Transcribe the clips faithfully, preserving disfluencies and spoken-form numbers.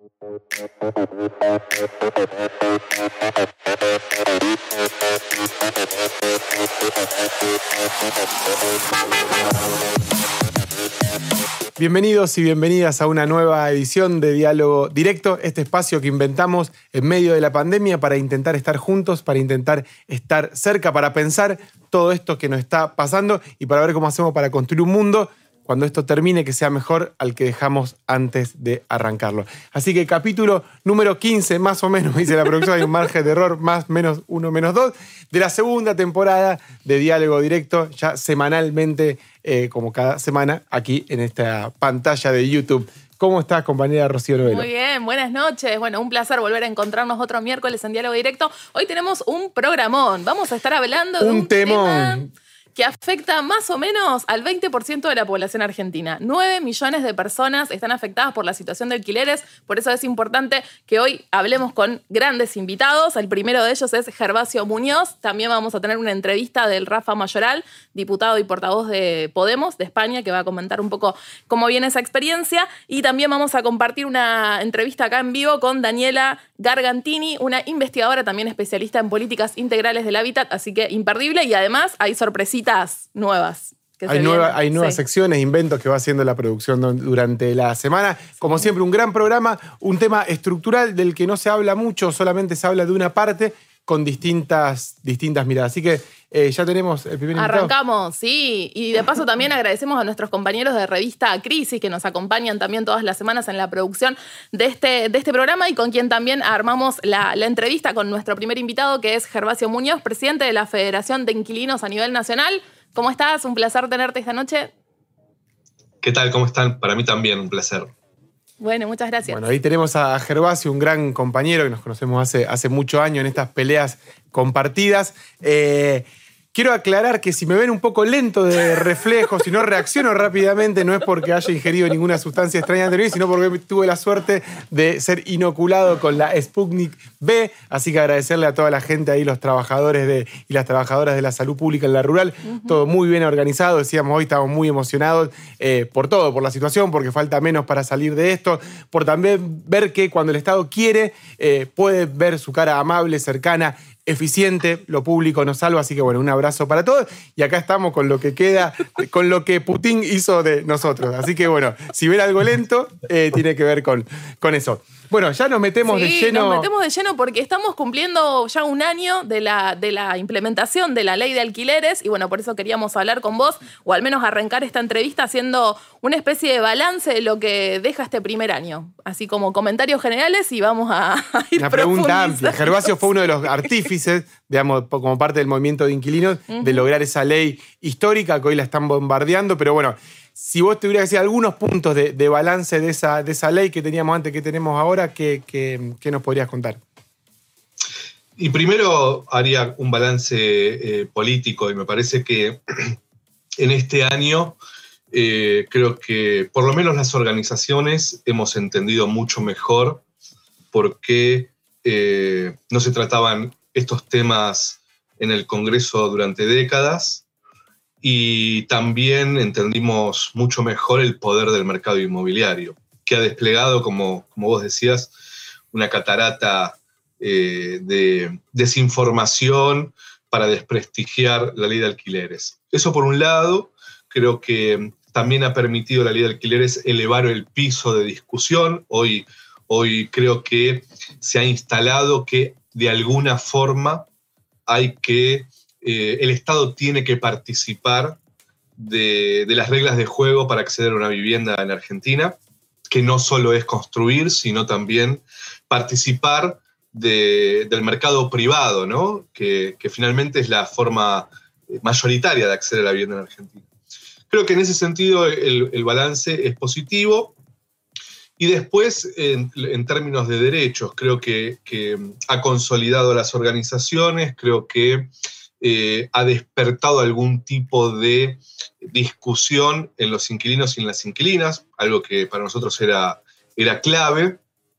Bienvenidos y bienvenidas a una nueva edición de Diálogo Directo, este espacio que inventamos en medio de la pandemia para intentar estar juntos, para intentar estar cerca, para pensar todo esto que nos está pasando y para ver cómo hacemos para construir un mundo cuando esto termine, que sea mejor al que dejamos antes de arrancarlo. Así que capítulo número quince, más o menos, dice la producción, hay un margen de error, más, menos uno, menos dos, de la segunda temporada de Diálogo Directo, ya semanalmente, eh, como cada semana, aquí en esta pantalla de YouTube. ¿Cómo estás, compañera Rocío Novelo? Muy bien, buenas noches. Bueno, un placer volver a encontrarnos otro miércoles en Diálogo Directo. Hoy tenemos un programón. Vamos a estar hablando de un, un temón. tema que afecta más o menos al veinte por ciento de la población argentina. nueve millones de personas están afectadas por la situación de alquileres, por eso es importante que hoy hablemos con grandes invitados. El primero de ellos es Gervasio Muñoz. También vamos a tener una entrevista del Rafa Mayoral, diputado y portavoz de Podemos de España, que va a comentar un poco cómo viene esa experiencia. Y también vamos a compartir una entrevista acá en vivo con Daniela Gargantini, una investigadora también especialista en políticas integrales del hábitat, así que imperdible. Y además hay sorpresitas nuevas. Hay, nueva, hay nuevas sí. secciones, inventos que va haciendo la producción durante la semana. Como sí. siempre, un gran programa, un tema estructural del que no se habla mucho, solamente se habla de una parte con distintas, distintas miradas. Así que eh, ya tenemos el primer invitado. Arrancamos, sí. Y de paso también agradecemos a nuestros compañeros de revista Crisis que nos acompañan también todas las semanas en la producción de este, de este programa y con quien también armamos la, la entrevista con nuestro primer invitado, que es Gervasio Muñoz, presidente de la Federación de Inquilinos a nivel nacional. ¿Cómo estás? Un placer tenerte esta noche. ¿Qué tal? ¿Cómo están? Para mí también un placer. Bueno, muchas gracias. Bueno, ahí tenemos a Gervasio, un gran compañero que nos conocemos hace, hace muchos años en estas peleas compartidas. Eh, quiero aclarar que si me ven un poco lento de reflejos, si no reacciono rápidamente, no es porque haya ingerido ninguna sustancia extraña anterior, sino porque tuve la suerte de ser inoculado con la Sputnik B. Así que agradecerle a toda la gente ahí, los trabajadores de, y las trabajadoras de la salud pública en la rural. Uh-huh. Todo muy bien organizado. Decíamos, hoy estamos muy emocionados eh, por todo, por la situación, porque falta menos para salir de esto, por también ver que cuando el Estado quiere, eh, puede ver su cara amable, cercana, eficiente, lo público nos salva, así que bueno, un abrazo para todos. Y acá estamos con lo que queda, con lo que Putin hizo de nosotros. Así que bueno, si ven algo lento, eh, tiene que ver con, con eso. Bueno, ya nos metemos sí, de lleno. nos metemos de lleno porque estamos cumpliendo ya un año de la, de la implementación de la ley de alquileres y bueno, por eso queríamos hablar con vos o al menos arrancar esta entrevista haciendo una especie de balance de lo que deja este primer año. Así como comentarios generales y vamos a, a ir Una pregunta amplia. Gervasio fue uno de los artífices, digamos, como parte del movimiento de inquilinos, uh-huh. de lograr esa ley histórica que hoy la están bombardeando, pero bueno, si vos tuvieras que decir algunos puntos de, de balance de esa, de esa ley que teníamos antes, que tenemos ahora, ¿qué, qué, qué nos podrías contar? Y primero haría un balance eh, político y me parece que en este año eh, creo que por lo menos las organizaciones hemos entendido mucho mejor por qué eh, no se trataban estos temas en el Congreso durante décadas. Y también entendimos mucho mejor el poder del mercado inmobiliario, que ha desplegado, como, como vos decías, una catarata eh, de desinformación para desprestigiar la ley de alquileres. Eso por un lado, creo que también ha permitido la ley de alquileres elevar el piso de discusión. Hoy, hoy creo que se ha instalado que de alguna forma hay que Eh, el Estado tiene que participar de, de las reglas de juego para acceder a una vivienda en Argentina, que no solo es construir, sino también participar de, del mercado privado, ¿no? que, que finalmente es la forma mayoritaria de acceder a la vivienda en Argentina. Creo que en ese sentido el, el balance es positivo. Y después, en, en términos de derechos, creo que, que ha consolidado las organizaciones, creo que Eh, ha despertado algún tipo de discusión en los inquilinos y en las inquilinas, algo que para nosotros era, era clave.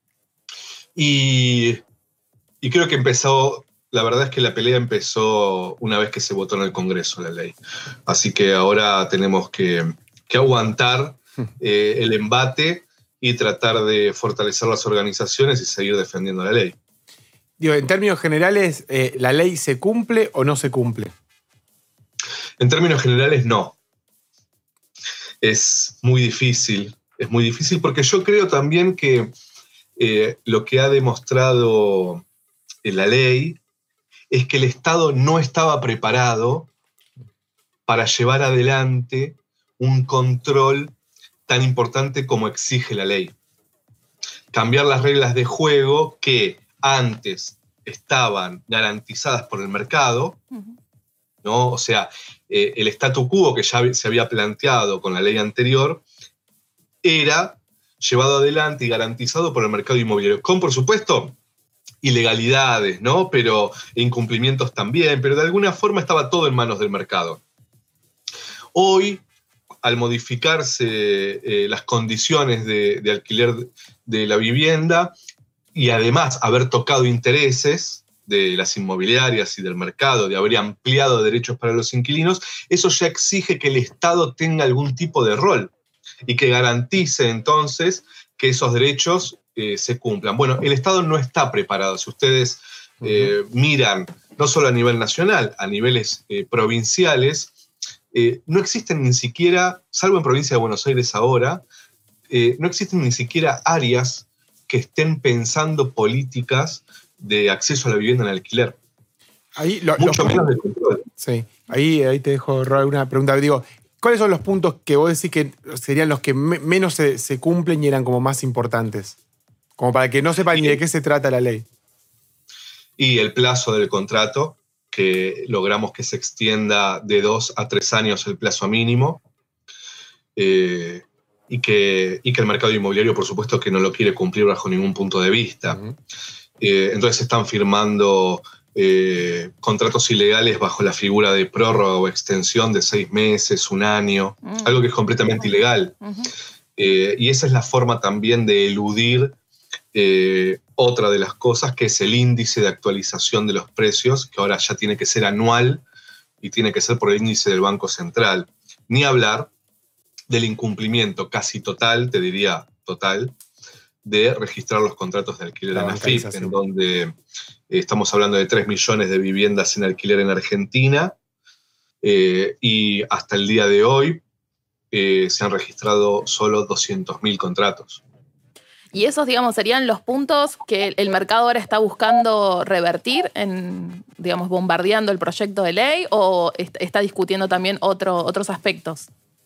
Y, y creo que empezó, la verdad es que la pelea empezó una vez que se votó en el Congreso la ley. Así que ahora tenemos que, que aguantar eh, el embate y tratar de fortalecer las organizaciones y seguir defendiendo la ley. Digo, en términos generales, eh, ¿la ley se cumple o no se cumple? En términos generales, no. Es muy difícil, es muy difícil porque yo creo también que eh, lo que ha demostrado eh, la ley es que el Estado no estaba preparado para llevar adelante un control tan importante como exige la ley. Cambiar las reglas de juego que antes estaban garantizadas por el mercado, ¿no? O sea, eh, el statu quo que ya se había planteado con la ley anterior era llevado adelante y garantizado por el mercado inmobiliario, con, por supuesto, ilegalidades, ¿no? Pero incumplimientos también, pero de alguna forma estaba todo en manos del mercado. Hoy, al modificarse eh, las condiciones de, de alquiler de la vivienda y además haber tocado intereses de las inmobiliarias y del mercado, de haber ampliado derechos para los inquilinos, eso ya exige que el Estado tenga algún tipo de rol y que garantice entonces que esos derechos eh, se cumplan. Bueno, el Estado no está preparado. Si ustedes eh, miran, no solo a nivel nacional, a niveles eh, provinciales, eh, no existen ni siquiera, salvo en provincia de Buenos Aires ahora, eh, no existen ni siquiera áreas que estén pensando políticas de acceso a la vivienda en alquiler. Ahí lo, Mucho los, menos de control. Sí, ahí, ahí te dejo, Rob, una pregunta. Digo, ¿cuáles son los puntos que vos decís que serían los que me, menos se, se cumplen y eran como más importantes? Como para que no sepan ni de qué se trata la ley. Y el plazo del contrato, que logramos que se extienda de dos a tres años el plazo mínimo, eh, y, que, y que el mercado inmobiliario, por supuesto, que no lo quiere cumplir bajo ningún punto de vista. Uh-huh. Eh, entonces se están firmando eh, contratos ilegales bajo la figura de prórroga o extensión de seis meses, un año, uh-huh. algo que es completamente uh-huh. ilegal. Uh-huh. Eh, y esa es la forma también de eludir eh, otra de las cosas, que es el índice de actualización de los precios, que ahora ya tiene que ser anual y tiene que ser por el índice del Banco Central. Ni hablar del incumplimiento casi total, te diría total, de registrar los contratos de alquiler en AFIP, en donde eh, estamos hablando de tres millones de viviendas en alquiler en Argentina, eh, y hasta el día de hoy eh, se han registrado solo doscientos mil contratos. ¿Y esos, digamos, serían los puntos que el mercado ahora está buscando revertir, en, digamos, bombardeando el proyecto de ley, o está discutiendo también otro, otros aspectos?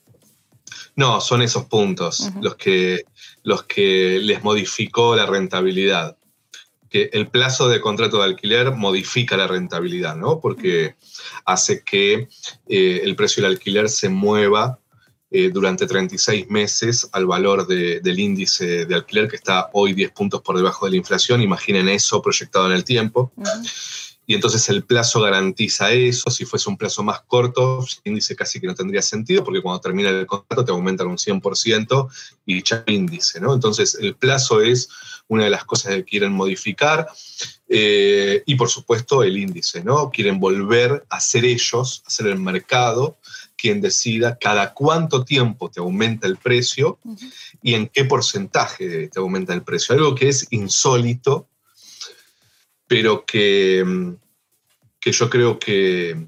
No, son esos puntos uh-huh. los que, los que les modificó la rentabilidad. Que el plazo de contrato de alquiler modifica la rentabilidad, ¿no? Porque hace que eh, el precio del alquiler se mueva eh, durante treinta y seis meses al valor de, del índice de alquiler, que está hoy diez puntos por debajo de la inflación. Imaginen eso proyectado en el tiempo. Uh-huh. Y entonces el plazo garantiza eso. Si fuese un plazo más corto, el índice casi que no tendría sentido, porque cuando termina el contrato te aumentan un cien por ciento y ya el índice, ¿no? Entonces el plazo es una de las cosas que quieren modificar, eh, y por supuesto el índice, ¿no? Quieren volver a ser ellos, a ser el mercado, quien decida cada cuánto tiempo te aumenta el precio uh-huh. y en qué porcentaje te aumenta el precio. Algo que es insólito, pero que, que yo creo que,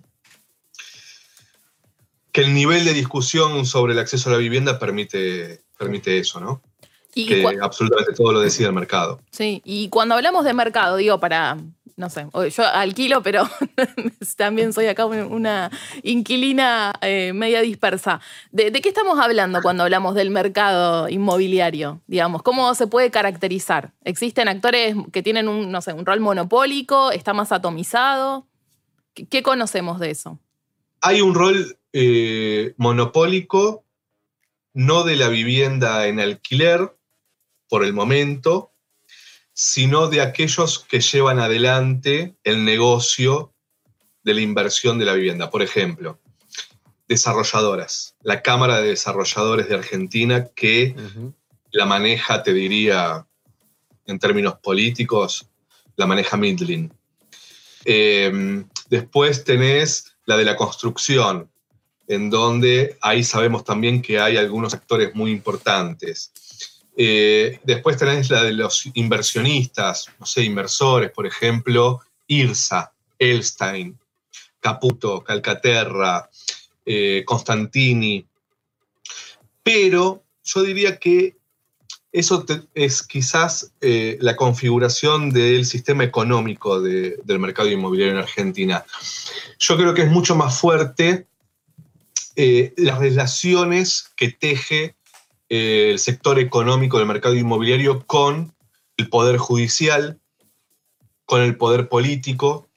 que el nivel de discusión sobre el acceso a la vivienda permite, permite eso, ¿no? Y que cu- absolutamente todo lo decide el mercado. Sí, y cuando hablamos de mercado, digo, para, no sé, yo alquilo, pero también soy acá una inquilina eh, media dispersa. ¿De, ¿De qué estamos hablando cuando hablamos del mercado inmobiliario? Digamos, ¿cómo se puede caracterizar? ¿Existen actores que tienen un, no sé, un rol monopólico? ¿Está más atomizado? ¿Qué, qué conocemos de eso? Hay un rol eh, monopólico, no de la vivienda en alquiler, por el momento, sino de aquellos que llevan adelante el negocio de la inversión de la vivienda. Por ejemplo, desarrolladoras. La Cámara de Desarrolladores de Argentina, que uh-huh. la maneja, te diría, en términos políticos, la maneja Midlin. Eh, después tenés la de la construcción, en donde ahí sabemos también que hay algunos actores muy importantes. Eh, después tenés la de los inversionistas, no sé, inversores, por ejemplo, IRSA, Elstein, Caputo, Calcaterra, eh, Constantini. Pero yo diría que eso te, es quizás eh, la configuración del sistema económico de, del mercado inmobiliario en Argentina. Yo creo que es mucho más fuerte eh, las relaciones que teje eh, el sector económico del mercado inmobiliario con el poder judicial, con el poder político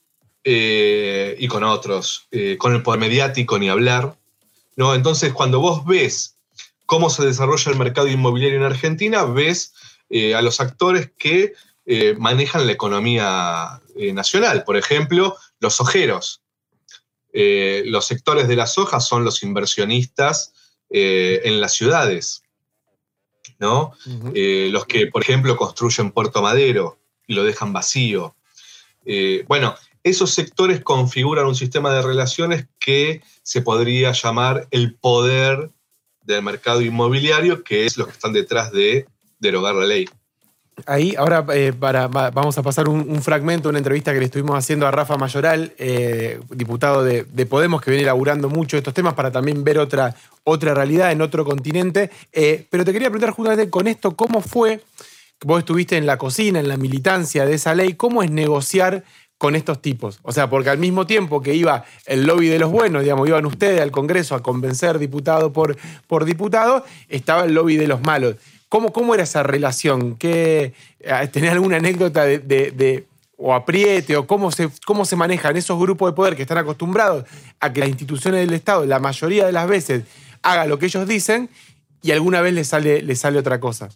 eh, y con otros, eh, con el poder mediático, ni hablar, ¿no? Entonces, cuando vos ves cómo se desarrolla el mercado inmobiliario en Argentina, ves eh, a los actores que eh, manejan la economía eh, nacional. Por ejemplo, los ojeros. Eh, los sectores de la soja son los inversionistas eh, en las ciudades, ¿no? Uh-huh. Eh, los que, por ejemplo, construyen Puerto Madero y lo dejan vacío. Eh, bueno, esos sectores configuran un sistema de relaciones que se podría llamar el poder del mercado inmobiliario, que es los que están detrás de derogar la ley. Ahí, ahora eh, para, va, vamos a pasar un, un fragmento, una entrevista que le estuvimos haciendo a Rafa Mayoral, eh, diputado de, de Podemos, que viene elaborando mucho estos temas para también ver otra, otra realidad en otro continente. Eh, pero te quería preguntar justamente con esto, ¿cómo fue? Vos estuviste en la cocina, en la militancia de esa ley, ¿cómo es negociar con estos tipos? O sea, porque al mismo tiempo que iba el lobby de los buenos, digamos, iban ustedes al Congreso a convencer diputado por, por diputado, estaba el lobby de los malos. ¿Cómo, cómo era esa relación? ¿Qué, ¿Tenés alguna anécdota de, de, de o apriete o cómo se, cómo se manejan esos grupos de poder que están acostumbrados a que las instituciones del Estado, la mayoría de las veces, hagan lo que ellos dicen y alguna vez les sale, les sale otra cosa?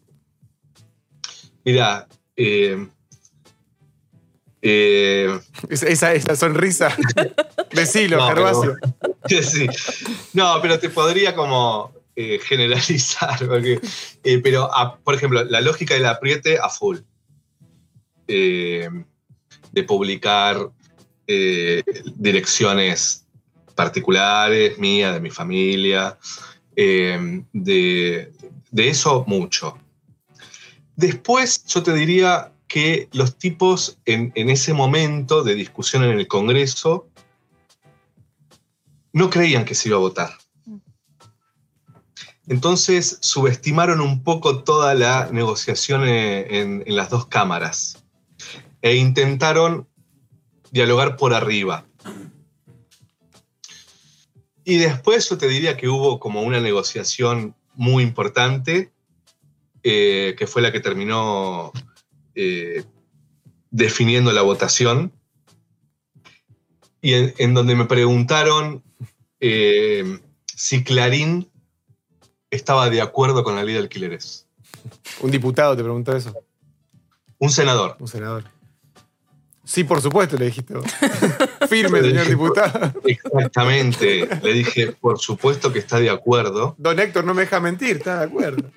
Mirá, eh... Eh, esa, esa sonrisa. Decilo, no, Gervasio. Pero, sí. No, pero te podría como eh, generalizar. Porque, eh, pero, a, por ejemplo, la lógica del apriete a full. Eh, de publicar eh, direcciones particulares, mías, de mi familia. Eh, de, de eso mucho. Después yo te diría que los tipos en, en ese momento de discusión en el Congreso no creían que se iba a votar. Entonces subestimaron un poco toda la negociación en, en, en las dos cámaras e intentaron dialogar por arriba. Y después yo te diría que hubo como una negociación muy importante, eh, que fue la que terminó Eh, definiendo la votación, y en, en donde me preguntaron eh, si Clarín estaba de acuerdo con la ley de alquileres. ¿Un diputado te preguntó eso? Un senador. Un senador. Sí, por supuesto, le dijiste vos. Firme, señor diputado. Exactamente. Le dije, por supuesto que está de acuerdo. Don Héctor no me deja mentir, está de acuerdo.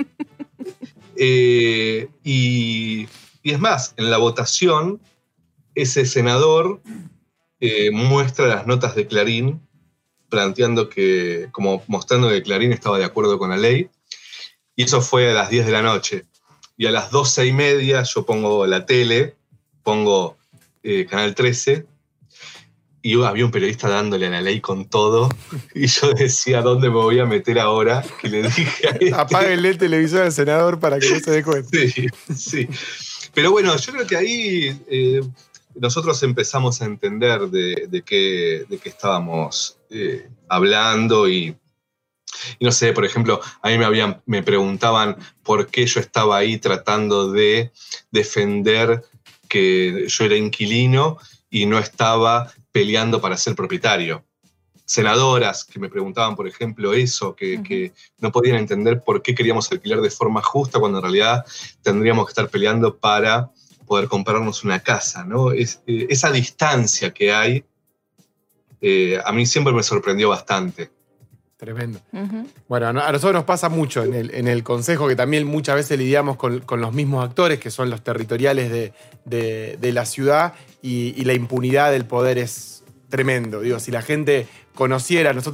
Eh, y... Y es más, en la votación, ese senador eh, muestra las notas de Clarín, planteando que, como mostrando que Clarín estaba de acuerdo con la ley, y eso fue a las diez de la noche. Y a las doce y media yo pongo la tele, pongo eh, Canal trece, y había un periodista dándole a la ley con todo, y yo decía, ¿dónde me voy a meter ahora? Que le dije a este... Apáguenle el televisor al senador para que no se dé cuenta. Sí, sí. Pero bueno, yo creo que ahí eh, nosotros empezamos a entender de, de, qué, de qué estábamos eh, hablando y, y no sé, por ejemplo, a mí me, habían, me preguntaban por qué yo estaba ahí tratando de defender que yo era inquilino y no estaba peleando para ser propietario. Senadoras que me preguntaban, por ejemplo, eso, que, uh-huh. que no podían entender por qué queríamos alquilar de forma justa cuando en realidad tendríamos que estar peleando para poder comprarnos una casa, ¿no? Es, eh, esa distancia que hay, eh, a mí siempre me sorprendió bastante. Tremendo. Uh-huh. Bueno, a nosotros nos pasa mucho en el, en el Consejo, que también muchas veces lidiamos con, con los mismos actores, que son los territoriales de, de, de la ciudad, y, y la impunidad del poder es tremendo. Digo, si la gente conociera, nosotros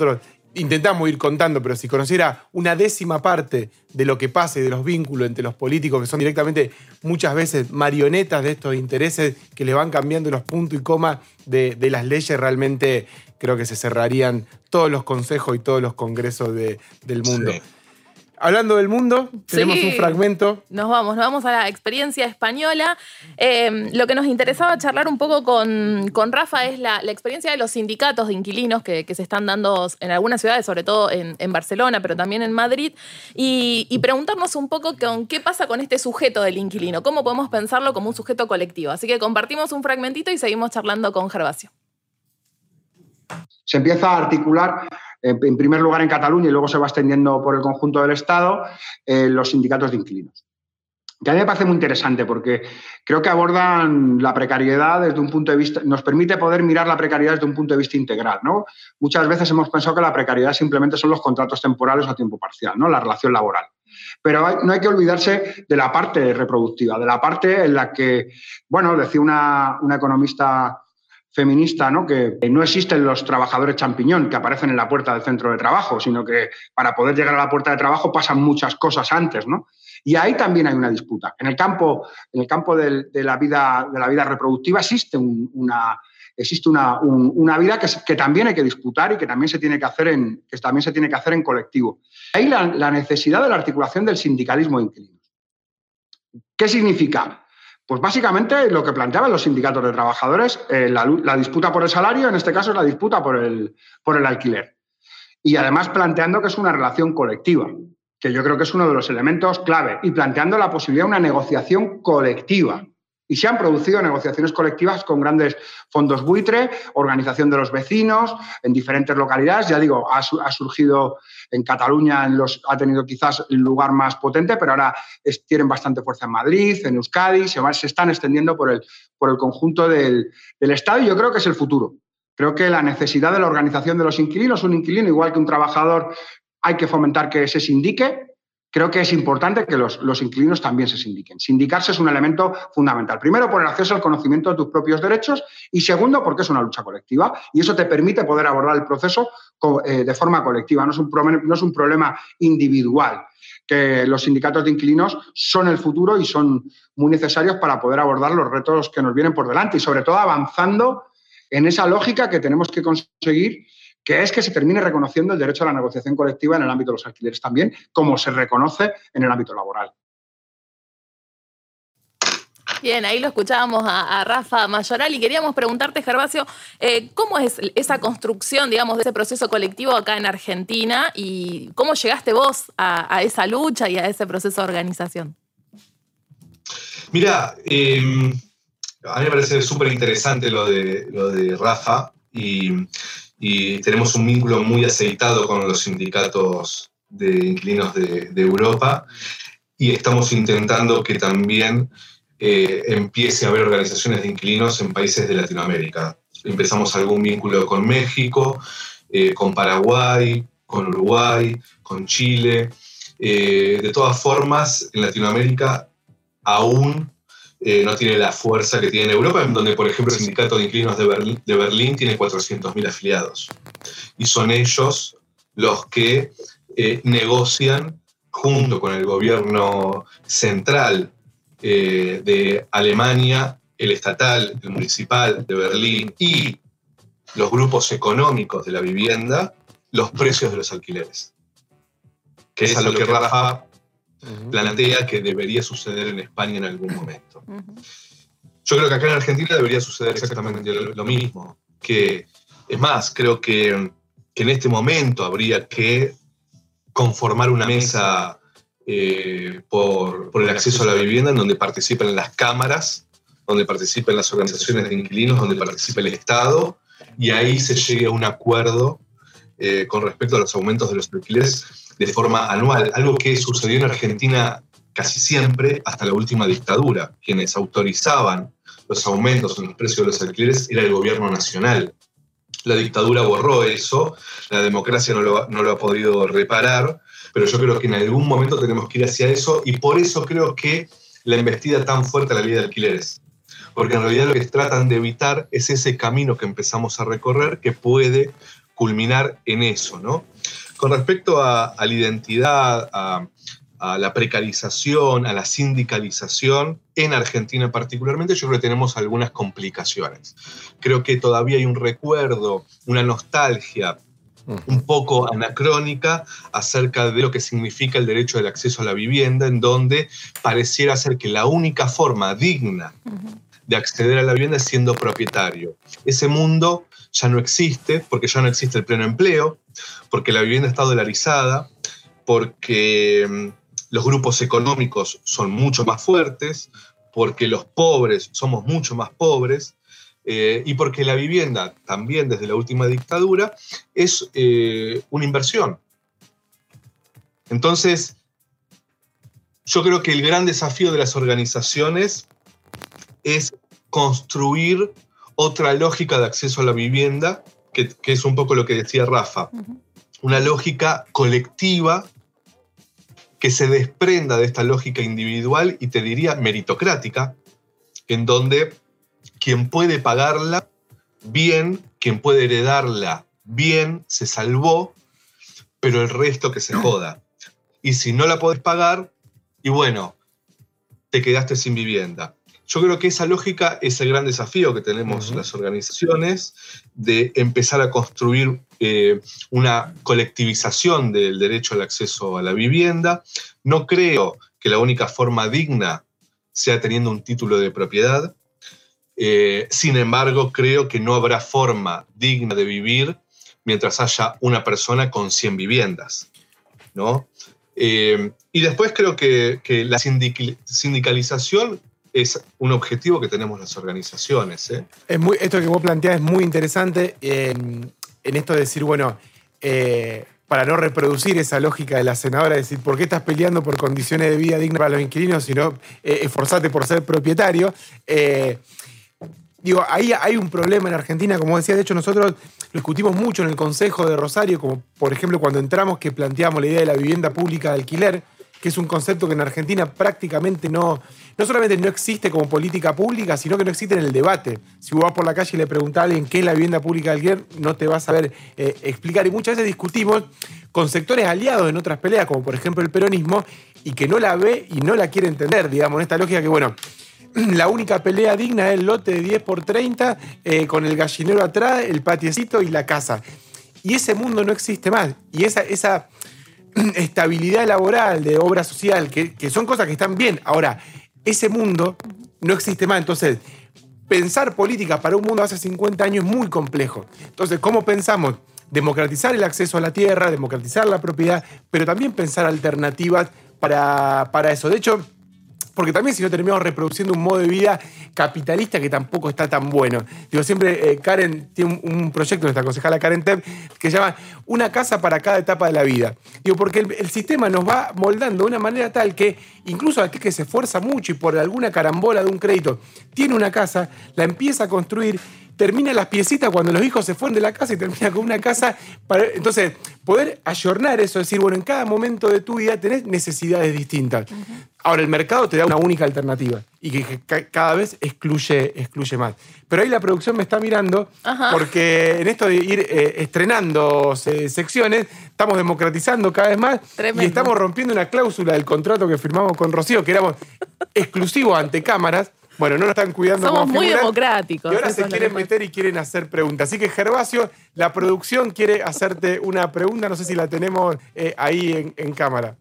intentamos ir contando, pero si conociera una décima parte de lo que pasa y de los vínculos entre los políticos, que son directamente muchas veces marionetas de estos intereses que le van cambiando los puntos y comas de, de las leyes, realmente creo que se cerrarían todos los consejos y todos los congresos de, del mundo. Sí. Hablando del mundo, tenemos sí. un fragmento. Nos vamos, nos vamos a la experiencia española. Eh, lo que nos interesaba charlar un poco con, con Rafa es la, la experiencia de los sindicatos de inquilinos que, que se están dando en algunas ciudades, sobre todo en, en Barcelona, pero también en Madrid, y, y preguntarnos un poco con qué pasa con este sujeto del inquilino, cómo podemos pensarlo como un sujeto colectivo. Así que compartimos un fragmentito y seguimos charlando con Gervasio. Se empieza a articular, en primer lugar en Cataluña y luego se va extendiendo por el conjunto del Estado, eh, los sindicatos de inquilinos. Que a mí me parece muy interesante porque creo que abordan la precariedad desde un punto de vista, nos permite poder mirar la precariedad desde un punto de vista integral, ¿no? Muchas veces hemos pensado que la precariedad simplemente son los contratos temporales o a tiempo parcial, ¿no? La relación laboral. Pero hay, no hay que olvidarse de la parte reproductiva, de la parte en la que, bueno, decía una, una economista feminista, ¿no? Que no existen los trabajadores champiñón que aparecen en la puerta del centro de trabajo, sino que para poder llegar a la puerta de trabajo pasan muchas cosas antes, ¿no? Y ahí también hay una disputa. En el campo, en el campo del, de, la vida, de la vida reproductiva existe, un, una, existe una, un, una vida que, que también hay que disputar y que también se tiene que hacer en, que también se tiene que hacer en colectivo. Ahí la, la necesidad de la articulación del sindicalismo de inquilinos. ¿Qué significa? Pues básicamente lo que planteaban los sindicatos de trabajadores, eh, la, la disputa por el salario, en este caso es la disputa por el, por el alquiler. Y además planteando que es una relación colectiva, que yo creo que es uno de los elementos clave, y planteando la posibilidad de una negociación colectiva. Y se han producido negociaciones colectivas con grandes fondos buitre, organización de los vecinos, en diferentes localidades. Ya digo, ha, ha surgido en Cataluña, en los, ha tenido quizás el lugar más potente, pero ahora es, tienen bastante fuerza en Madrid, en Euskadi, se, van, se están extendiendo por el, por el conjunto del, del Estado y yo creo que es el futuro. Creo que la necesidad de la organización de los inquilinos, un inquilino igual que un trabajador, hay que fomentar que se sindique. Creo que es importante que los, los inquilinos también se sindiquen. Sindicarse es un elemento fundamental. Primero, por el acceso al conocimiento de tus propios derechos y segundo, porque es una lucha colectiva y eso te permite poder abordar el proceso eh, de forma colectiva. No es, un problema, no es un problema individual, que los sindicatos de inquilinos son el futuro y son muy necesarios para poder abordar los retos que nos vienen por delante y sobre todo avanzando en esa lógica que tenemos que conseguir, que es que se termine reconociendo el derecho a la negociación colectiva en el ámbito de los alquileres también, como se reconoce en el ámbito laboral. Bien, ahí lo escuchábamos a, a Rafa Mayoral y queríamos preguntarte, Gervasio, eh, ¿cómo es esa construcción, digamos, de ese proceso colectivo acá en Argentina y cómo llegaste vos a, a esa lucha y a ese proceso de organización? Mira, eh, a mí me parece súper interesante lo de, lo de Rafa y... y tenemos un vínculo muy aceitado con los sindicatos de inquilinos de, de Europa y estamos intentando que también eh, empiece a haber organizaciones de inquilinos en países de Latinoamérica. Empezamos algún vínculo con México, eh, con Paraguay, con Uruguay, con Chile. Eh, de todas formas, en Latinoamérica aún Eh, no tiene la fuerza que tiene en Europa, en donde, por ejemplo, el sindicato de inquilinos de Berlín, de Berlín tiene cuatrocientos mil afiliados. Y son ellos los que eh, negocian junto con el gobierno central eh, de Alemania, el estatal, el municipal de Berlín y los grupos económicos de la vivienda, los precios de los alquileres. Que es a lo que Rafa plantea que debería suceder en España en algún momento. Yo creo que acá en Argentina debería suceder exactamente lo mismo. Que, es más, creo que, que en este momento habría que conformar una mesa eh, por, por el acceso a la vivienda en donde participen las cámaras, donde participen las organizaciones de inquilinos, donde participe el Estado, y ahí se llegue a un acuerdo eh, con respecto a los aumentos de los alquileres de forma anual, algo que sucedió en Argentina casi siempre hasta la última dictadura. Quienes autorizaban los aumentos en los precios de los alquileres era el gobierno nacional. La dictadura borró eso, la democracia no lo, no lo ha podido reparar, pero yo creo que en algún momento tenemos que ir hacia eso y por eso creo que la embestida tan fuerte a la ley de alquileres. Porque en realidad lo que tratan de evitar es ese camino que empezamos a recorrer que puede culminar en eso, ¿no? Con respecto a, a la identidad, a, a la precarización, a la sindicalización, en Argentina particularmente, yo creo que tenemos algunas complicaciones. Creo que todavía hay un recuerdo, una nostalgia un poco anacrónica acerca de lo que significa el derecho del acceso a la vivienda, en donde pareciera ser que la única forma digna de acceder a la vivienda es siendo propietario. Ese mundo ya no existe, porque ya no existe el pleno empleo, porque la vivienda está dolarizada, porque los grupos económicos son mucho más fuertes, porque los pobres somos mucho más pobres, eh, y porque la vivienda, también desde la última dictadura, es eh, una inversión. Entonces, yo creo que el gran desafío de las organizaciones es construir otra lógica de acceso a la vivienda, que, que es un poco lo que decía Rafa, uh-huh. Una lógica colectiva que se desprenda de esta lógica individual y te diría meritocrática, en donde quien puede pagarla bien, quien puede heredarla bien, se salvó, pero el resto que se joda. Y si no la podés pagar, y bueno, te quedaste sin vivienda. Yo creo que esa lógica es el gran desafío que tenemos uh-huh. las organizaciones, de empezar a construir eh, una colectivización del derecho al acceso a la vivienda. No creo que la única forma digna sea teniendo un título de propiedad. Eh, sin embargo, creo que no habrá forma digna de vivir mientras haya una persona con cien viviendas, ¿no? Eh, y después creo que, que la sindical, sindicalización es un objetivo que tenemos las organizaciones. ¿eh? Es muy, esto que vos planteás es muy interesante eh, en esto de decir, bueno, eh, para no reproducir esa lógica de la senadora, de decir, ¿por qué estás peleando por condiciones de vida dignas para los inquilinos, sino eh, esforzate por ser propietario? Eh, digo, ahí hay un problema en Argentina, como decía, de hecho nosotros lo discutimos mucho en el Consejo de Rosario, como por ejemplo cuando entramos que planteamos la idea de la vivienda pública de alquiler, que es un concepto que en Argentina prácticamente no, no solamente no existe como política pública, sino que no existe en el debate. Si vos vas por la calle y le preguntás a alguien qué es la vivienda pública de alquiler, no te va a saber eh, explicar. Y muchas veces discutimos con sectores aliados en otras peleas, como por ejemplo el peronismo, y que no la ve y no la quiere entender, digamos, en esta lógica que, bueno, la única pelea digna es el lote de diez por treinta, eh, con el gallinero atrás, el patiecito y la casa. Y ese mundo no existe más. Y esa... esa estabilidad laboral, de obra social, que, que son cosas que están bien. Ahora, ese mundo no existe más. Entonces, pensar política para un mundo hace cincuenta años es muy complejo. Entonces, ¿cómo pensamos? Democratizar el acceso a la tierra, democratizar la propiedad, pero también pensar alternativas para, para eso. De hecho, porque también si no terminamos reproduciendo un modo de vida capitalista que tampoco está tan bueno. Digo, siempre eh, Karen tiene un, un proyecto, nuestra concejala Karen Tepp, que se llama Una casa para cada etapa de la vida. Digo, porque el, el sistema nos va moldando de una manera tal que incluso aquel que se esfuerza mucho y por alguna carambola de un crédito tiene una casa, la empieza a construir, termina las piecitas cuando los hijos se fueron de la casa y termina con una casa. Para, entonces, poder ayornar eso, decir, bueno, en cada momento de tu vida tenés necesidades distintas. Uh-huh. Ahora, el mercado te da una única alternativa y que, que cada vez excluye, excluye más. Pero ahí la producción me está mirando, uh-huh. porque en esto de ir eh, estrenando eh, secciones, estamos democratizando cada vez más. Tremendo. Y estamos rompiendo una cláusula del contrato que firmamos con Rocío, que éramos exclusivos ante cámaras. Bueno, no nos están cuidando. Somos muy figuras, democráticos. Y ahora se quieren meter y quieren hacer preguntas. Así que, Gervasio, la producción quiere hacerte una pregunta. No sé si la tenemos eh, ahí en, en cámara.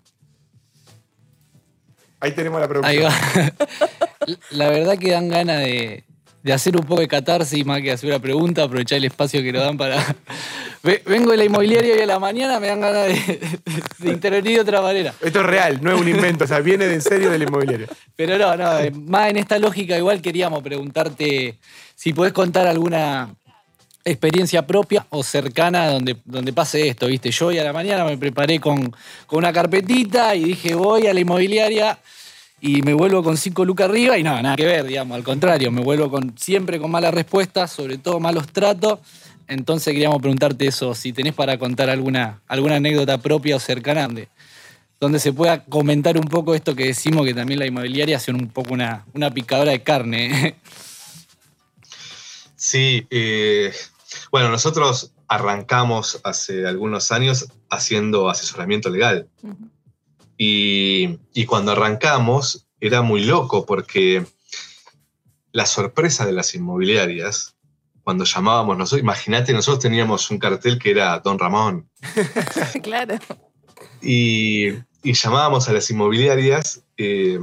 Ahí tenemos la producción. Ahí va. La verdad que dan ganas de, de hacer un poco de catarsis más que hacer una pregunta, aprovechar el espacio que nos dan para... Vengo de la inmobiliaria y a la mañana me dan ganas de, de intervenir de otra manera. Esto es real, no es un invento, o sea, viene de en serio de la inmobiliaria. Pero no, no, más en esta lógica igual queríamos preguntarte si podés contar alguna experiencia propia o cercana donde, donde pase esto, ¿viste? Yo hoy a la mañana me preparé con, con una carpetita y dije voy a la inmobiliaria y me vuelvo con cinco lucas arriba y no, nada que ver, digamos, al contrario, me vuelvo con, siempre con malas respuestas, sobre todo malos tratos. Entonces queríamos preguntarte eso, si tenés para contar alguna, alguna anécdota propia o cercana donde, donde se pueda comentar un poco esto que decimos, que también la inmobiliaria hace un poco una, una picadora de carne. Sí, eh, bueno, nosotros arrancamos hace algunos años haciendo asesoramiento legal. Uh-huh. y, y cuando arrancamos era muy loco porque la sorpresa de las inmobiliarias, cuando llamábamos nosotros, imagínate, nosotros teníamos un cartel que era Don Ramón. Claro. Y, y llamábamos a las inmobiliarias eh,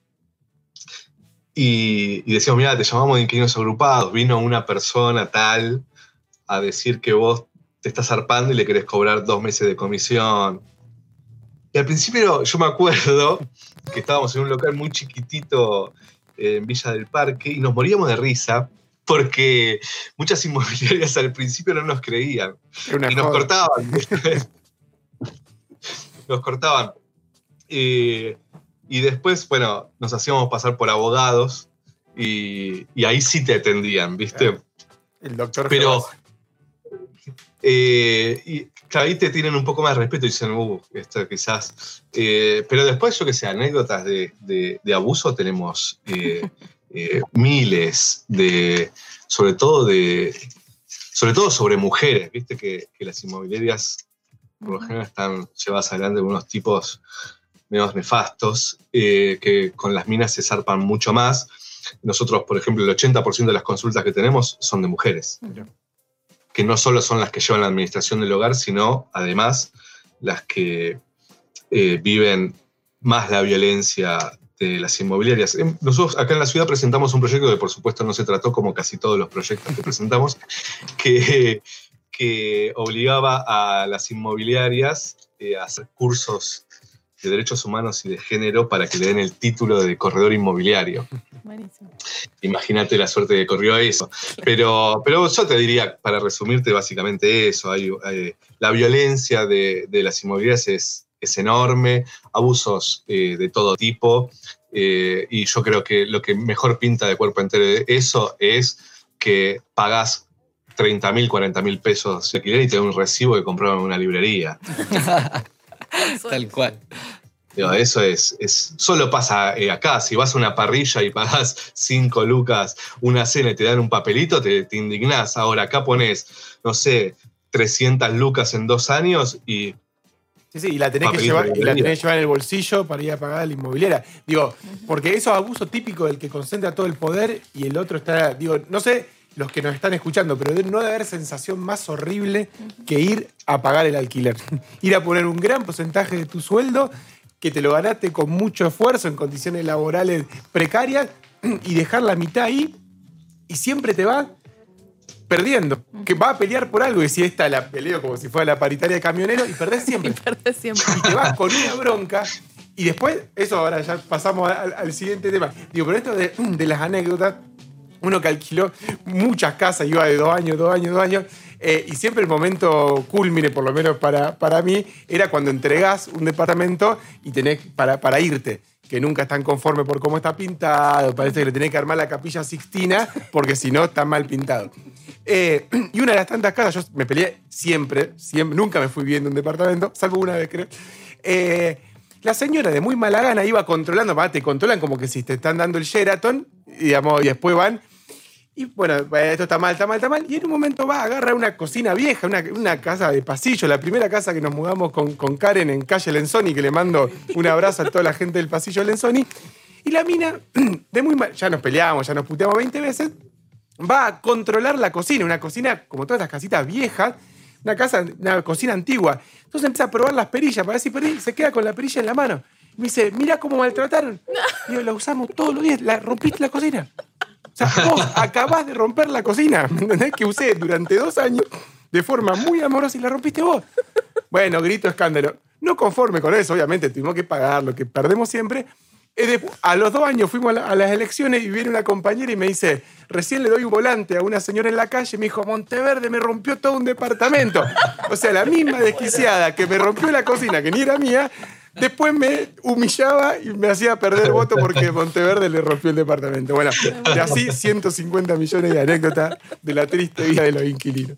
y, y decíamos, mira, te llamamos de inquilinos agrupados, vino una persona tal a decir que vos te estás zarpando y le querés cobrar dos meses de comisión. Y al principio yo me acuerdo que estábamos en un local muy chiquitito eh, en Villa del Parque y nos moríamos de risa porque muchas inmobiliarias al principio no nos creían. Y nos cortaban. nos cortaban. Eh, y después, bueno, nos hacíamos pasar por abogados y, y ahí sí te atendían, ¿viste? El doctor Pero... Eh, y claro, ahí te tienen un poco más de respeto y dicen, uh, esto quizás. Eh, pero después, yo que sé, anécdotas de, de, de abuso tenemos eh, eh, miles, de, sobre todo de, sobre todo sobre mujeres, viste que, que las inmobiliarias por lo general están llevadas adelante con unos tipos medio nefastos, eh, que con las minas se zarpan mucho más. Nosotros, por ejemplo, el ochenta por ciento de las consultas que tenemos son de mujeres. Uh-huh. Que no solo son las que llevan la administración del hogar, sino además las que eh, viven más la violencia de las inmobiliarias. Nosotros acá en la ciudad presentamos un proyecto que por supuesto no se trató como casi todos los proyectos que presentamos, que, que obligaba a las inmobiliarias eh, a hacer cursos de derechos humanos y de género para que le den el título de corredor inmobiliario. Buenísimo. Imagínate la suerte que corrió eso. Pero, pero yo te diría, para resumirte, básicamente eso. Hay, hay, la violencia de, de las inmobiliarias es, es enorme, abusos eh, de todo tipo, eh, y yo creo que lo que mejor pinta de cuerpo entero de eso es que pagás treinta mil, cuarenta mil pesos de alquiler y te da un recibo que compraron en una librería. Tal cual. Digo, eso es, es, solo pasa eh, acá. Si vas a una parrilla y pagás cinco lucas una cena y te dan un papelito, te, te indignás. Ahora acá pones, no sé, trescientas lucas en dos años y... Sí, sí, y la tenés, que llevar, y la tenés que llevar en el bolsillo para ir a pagar a la inmobiliaria. Digo, porque eso es abuso típico del que concentra todo el poder y el otro está... Digo, no sé los que nos están escuchando, pero no debe haber sensación más horrible que ir a pagar el alquiler. Ir a poner un gran porcentaje de tu sueldo que te lo ganaste con mucho esfuerzo en condiciones laborales precarias y dejar la mitad ahí y siempre te va perdiendo. Que va a pelear por algo y si esta la peleo como si fuera la paritaria de camioneros y perdés siempre. Y perdés siempre. Y te vas con una bronca y después, eso ahora ya pasamos al, al siguiente tema. Digo, pero esto de, de las anécdotas, uno que alquiló muchas casas, iba de dos años, dos años, dos años, eh, y siempre el momento culmine, por lo menos para, para mí, era cuando entregás un departamento y tenés para, para irte, que nunca están conformes por cómo está pintado, parece que le tenés que armar la Capilla Sixtina, porque si no está mal pintado. Eh, y una de las tantas casas, yo me peleé siempre, siempre, nunca me fui bien de un departamento, salvo una vez creo. Eh, la señora de muy mala gana iba controlando, te controlan como que si te están dando el Sheraton, digamos, y después van. Y bueno, esto está mal, está mal, está mal. Y en un momento va, agarra una cocina vieja, una, una casa de pasillo, la primera casa que nos mudamos con, con Karen en calle Lenzoni, que le mando un abrazo a toda la gente del pasillo Lenzoni. Y la mina, de muy mal, ya nos peleamos, ya nos puteamos veinte veces, va a controlar la cocina, una cocina como todas las casitas viejas, una casa, una cocina antigua. Entonces empieza a probar las perillas para ver si perilla, se queda con la perilla en la mano. Y me dice, mira cómo maltrataron. Y yo, la usamos todos los días, la rompiste la cocina. O sea, vos acabás de romper la cocina, ¿me entendés? Que usé durante dos años de forma muy amorosa y la rompiste vos. Bueno, grito, escándalo. No conforme con eso, obviamente, tuvimos que pagar lo que perdemos siempre. A los dos años fuimos a las elecciones y viene una compañera y me dice, recién le doy un volante a una señora en la calle y me dijo, Monteverde me rompió todo un departamento. O sea, la misma desquiciada que me rompió la cocina, que ni era mía, después me humillaba y me hacía perder voto porque Monteverde le rompió el departamento. Bueno, de así ciento cincuenta millones de anécdotas de la triste vida de los inquilinos.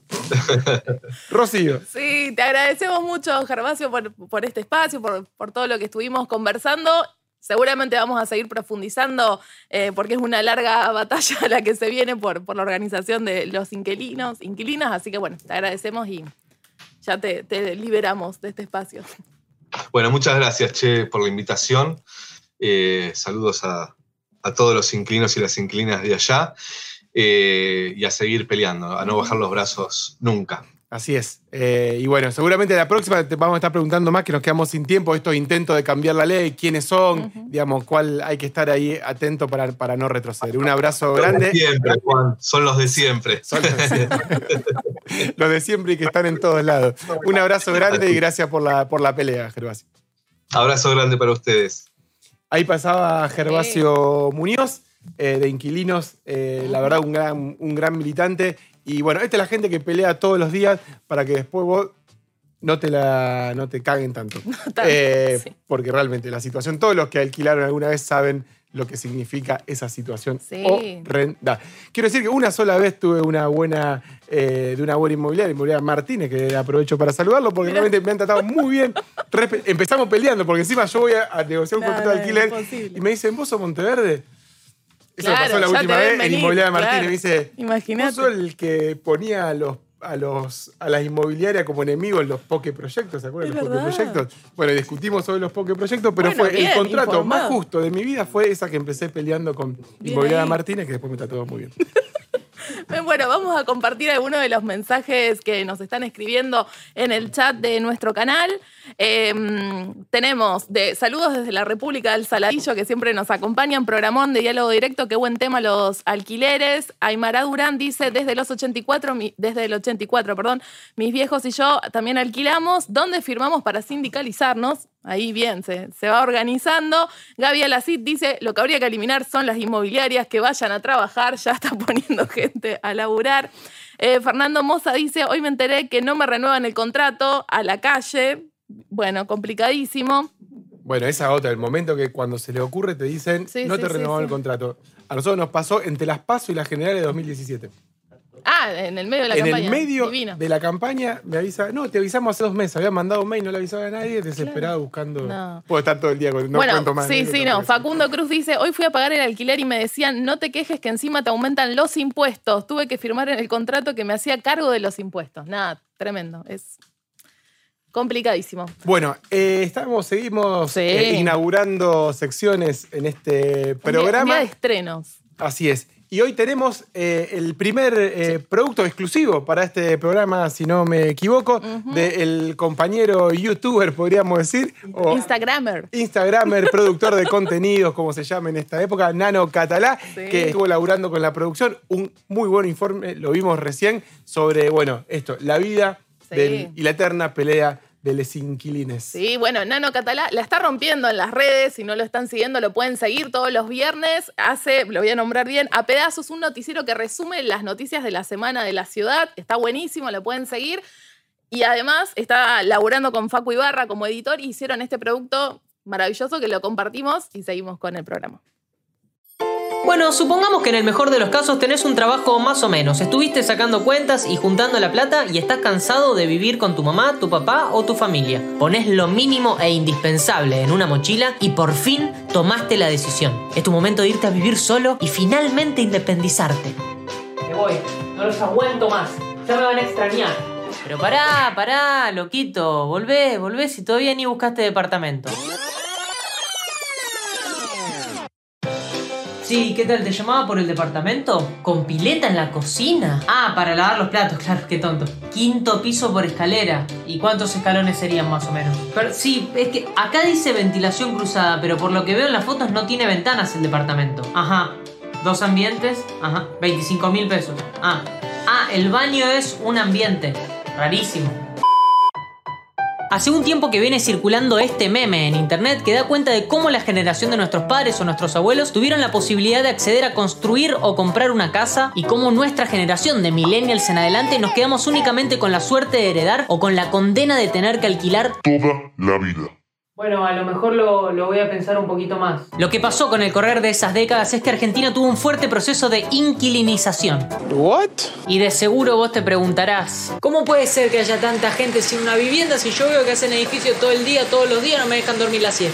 Rocío. Sí, te agradecemos mucho, Gervasio, por, por este espacio, por, por todo lo que estuvimos conversando. seguramente vamos a seguir profundizando eh, porque es una larga batalla la que se viene por, por la organización de los inquilinos, inquilinas. Así que bueno, te agradecemos y ya te, te liberamos de este espacio. Bueno, muchas gracias, Che, por la invitación. Eh, saludos a, a todos los inquilinos y las inquilinas de allá. Eh, y a seguir peleando, a no bajar los brazos nunca. Así es. Eh, y bueno, seguramente la próxima te vamos a estar preguntando más, que nos quedamos sin tiempo, estos intentos de cambiar la ley, quiénes son, uh-huh. digamos, cuál hay que estar ahí atento para, para no retroceder. Un abrazo son grande. Los de siempre, Juan, son los de siempre. Son los de siempre. Los de siempre y que están en todos lados. Un abrazo grande y gracias por la, por la pelea, Gervasio. Abrazo grande para ustedes. Ahí pasaba Gervasio sí. Muñoz, eh, de Inquilinos, eh, la verdad un gran, un gran militante. Y bueno, esta es la gente que pelea todos los días para que después vos no te, la, no te caguen tanto. No tanto eh, sí. Porque realmente la situación, todos los que alquilaron alguna vez saben lo que significa esa situación sí. horrenda. Quiero decir que una sola vez tuve una buena, eh, de una buena inmobiliaria, Inmobiliaria Martínez, que aprovecho para saludarlo porque Mirá. realmente me han tratado muy bien. Respe- Empezamos peleando porque encima yo voy a, a negociar un contrato de alquiler imposible. Y me dicen, ¿vos sos Monteverde? Eso claro, pasó la última vez en Inmobiliaria Martínez. Claro. Me dice, Imagínate. ¿vos sos el que ponía a los a los a las inmobiliarias como enemigos en los pokeproyectos? ¿Se acuerdan de los pokeproyectos? Bueno, discutimos sobre los pokeproyectos, pero bueno, fue bien, el contrato informado. Más justo de mi vida fue esa que empecé peleando con bien Inmobiliaria ahí. Martínez, que después me trató muy bien. Bueno, vamos a compartir algunos de los mensajes que nos están escribiendo en el chat de nuestro canal. Eh, tenemos de saludos desde la República del Saladillo, que siempre nos acompañan. Programón de diálogo directo, qué buen tema los alquileres. Aymara Durán dice, desde los ochenta y cuatro, desde el ochenta y cuatro, perdón, mis viejos y yo también alquilamos. ¿Dónde firmamos para sindicalizarnos? Ahí bien, se, se va organizando. Gaby Alacid dice, lo que habría que eliminar son las inmobiliarias, que vayan a trabajar, ya está poniendo gente a laburar. Eh, Fernando Moza dice, hoy me enteré que no me renuevan el contrato, a la calle. Bueno, complicadísimo. Bueno, esa otra, el momento que cuando se le ocurre te dicen, sí, no sí, te renovaron sí, el sí. contrato. A nosotros nos pasó entre las PASO y las generales de dos mil diecisiete. Ah, en el medio de la en campaña. En el medio Divino. de la campaña me avisa, no, te avisamos hace dos meses, había mandado un mail, no le avisaba a nadie, desesperado claro. buscando. No. Puedo estar todo el día con no bueno, cuento más. Sí, sí, no. Facundo Cruz dice, hoy fui a pagar el alquiler y me decían, no te quejes que encima te aumentan los impuestos. Tuve que firmar en el contrato que me hacía cargo de los impuestos. Nada, tremendo. Es complicadísimo. Bueno, eh, estamos, seguimos sí. eh, inaugurando secciones en este programa. Un día de estrenos. Así es. Y hoy tenemos eh, el primer eh, sí. producto exclusivo para este programa, si no me equivoco, uh-huh. del compañero youtuber, podríamos decir. O Instagramer. Instagramer, productor de contenidos, como se llama en esta época, Nano Catalá, sí. que estuvo laburando con la producción. Un muy buen informe, lo vimos recién, sobre, bueno, esto, la vida sí. del, y la eterna pelea de los inquilines. Sí, bueno, Nano Catalá la está rompiendo en las redes. Si no lo están siguiendo, lo pueden seguir todos los viernes. Hace, lo voy a nombrar bien, a pedazos, un noticiero que resume las noticias de la semana de la ciudad. Está buenísimo, lo pueden seguir. Y además está laburando con Facu Ibarra como editor y hicieron este producto maravilloso que lo compartimos y seguimos con el programa. Bueno, supongamos que en el mejor de los casos tenés un trabajo más o menos. Estuviste sacando cuentas y juntando la plata y estás cansado de vivir con tu mamá, tu papá o tu familia. Ponés lo mínimo e indispensable en una mochila y por fin tomaste la decisión. Es tu momento de irte a vivir solo y finalmente independizarte. Me voy, no los aguanto más. Ya me van a extrañar. Pero pará, pará, loquito. Volvé, volvé si todavía ni buscaste departamento. Sí, ¿qué tal? ¿Te llamaba por el departamento? ¿Con pileta en la cocina? Ah, para lavar los platos, claro, qué tonto. Quinto piso por escalera. ¿Y cuántos escalones serían más o menos? Pero, sí, es que acá dice ventilación cruzada, pero por lo que veo en las fotos no tiene ventanas el departamento. Ajá. Dos ambientes. Ajá. veinticinco mil pesos. Ah. Ah, el baño es un ambiente. Rarísimo. Hace un tiempo que viene circulando este meme en internet que da cuenta de cómo la generación de nuestros padres o nuestros abuelos tuvieron la posibilidad de acceder a construir o comprar una casa y cómo nuestra generación de millennials en adelante nos quedamos únicamente con la suerte de heredar o con la condena de tener que alquilar toda la vida. Bueno, a lo mejor lo, lo voy a pensar un poquito más. Lo que pasó con el correr de esas décadas es que Argentina tuvo un fuerte proceso de inquilinización. ¿What? Y de seguro vos te preguntarás, ¿cómo puede ser que haya tanta gente sin una vivienda si yo veo que hacen edificios todo el día, todos los días, no me dejan dormir la siesta?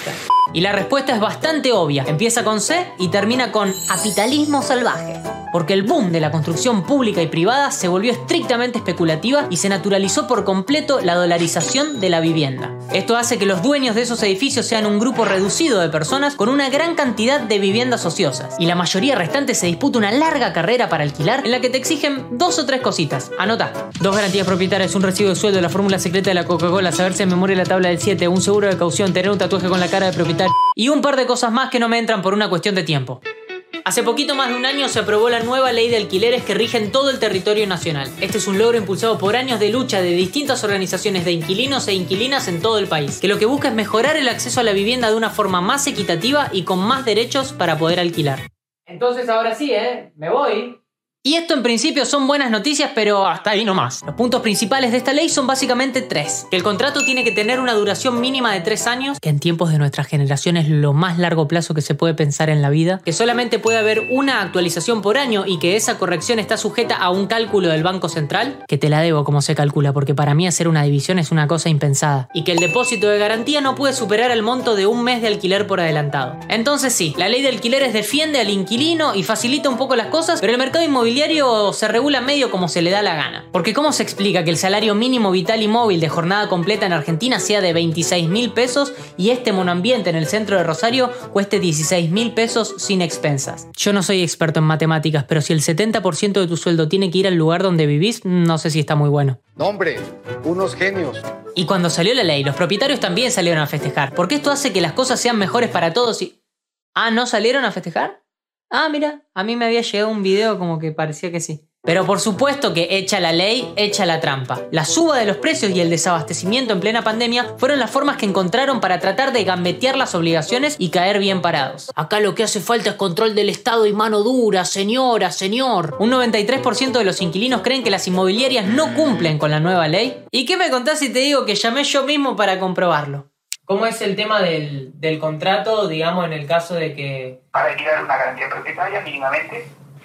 Y la respuesta es bastante obvia. Empieza con C y termina con capitalismo salvaje. Porque el boom de la construcción pública y privada se volvió estrictamente especulativa y se naturalizó por completo la dolarización de la vivienda. Esto hace que los dueños de esos edificios sean un grupo reducido de personas con una gran cantidad de viviendas ociosas. Y la mayoría restante se disputa una larga carrera para alquilar en la que te exigen dos o tres cositas. Anota: dos garantías propietarias, un recibo de sueldo, la fórmula secreta de la Coca-Cola, saberse en memoria la tabla del siete, un seguro de caución, tener un tatuaje con la cara de propietario y un par de cosas más que no me entran por una cuestión de tiempo. Hace poquito más de un año se aprobó la nueva ley de alquileres que rige en todo el territorio nacional. Este es un logro impulsado por años de lucha de distintas organizaciones de inquilinos e inquilinas en todo el país, que lo que busca es mejorar el acceso a la vivienda de una forma más equitativa y con más derechos para poder alquilar. Entonces ahora sí, ¿eh? Me voy. Y esto en principio son buenas noticias, pero hasta ahí nomás. Los puntos principales de esta ley son básicamente tres. Que el contrato tiene que tener una duración mínima de tres años, que en tiempos de nuestra generación es lo más largo plazo que se puede pensar en la vida. Que solamente puede haber una actualización por año y que esa corrección está sujeta a un cálculo del Banco Central. Que te la debo cómo se calcula, porque para mí hacer una división es una cosa impensada. Y que el depósito de garantía no puede superar el monto de un mes de alquiler por adelantado. Entonces sí, la ley de alquileres defiende al inquilino y facilita un poco las cosas, pero el mercado inmobiliario se regula medio como se le da la gana. Porque ¿cómo se explica que el salario mínimo vital y móvil de jornada completa en Argentina sea de veintiséis mil pesos y este monoambiente en el centro de Rosario cueste dieciséis mil pesos sin expensas? Yo no soy experto en matemáticas, pero si el setenta por ciento de tu sueldo tiene que ir al lugar donde vivís, no sé si está muy bueno. No, hombre, unos genios. Y cuando salió la ley, los propietarios también salieron a festejar, porque esto hace que las cosas sean mejores para todos y... ¿Ah, no salieron a festejar? Ah, mira, a mí me había llegado un video como que parecía que sí. Pero por supuesto que hecha la ley, hecha la trampa. La suba de los precios y el desabastecimiento en plena pandemia fueron las formas que encontraron para tratar de gambetear las obligaciones y caer bien parados. Acá lo que hace falta es control del Estado y mano dura, señora, señor. Un noventa y tres por ciento de los inquilinos creen que las inmobiliarias no cumplen con la nueva ley. ¿Y qué me contás si te digo que llamé yo mismo para comprobarlo? ¿Cómo es el tema del, del contrato, digamos, en el caso de que... Para alquilar una garantía propietaria mínimamente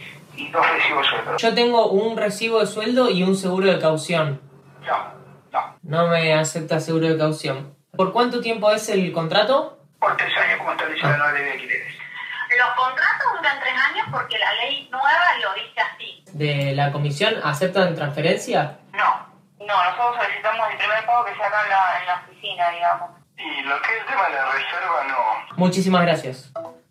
y dos recibos de sueldo. Yo tengo un recibo de sueldo y un seguro de caución. No, no. No me acepta seguro de caución. ¿Por cuánto tiempo es el contrato? Por tres años, como establece la nueva ley de alquileres. Los contratos duran tres años porque la ley nueva lo dice así. ¿De la comisión aceptan transferencia? No, no, nosotros solicitamos el primer pago que se haga en la, en la oficina, digamos. Y lo que es el tema de la reserva, no. Muchísimas gracias.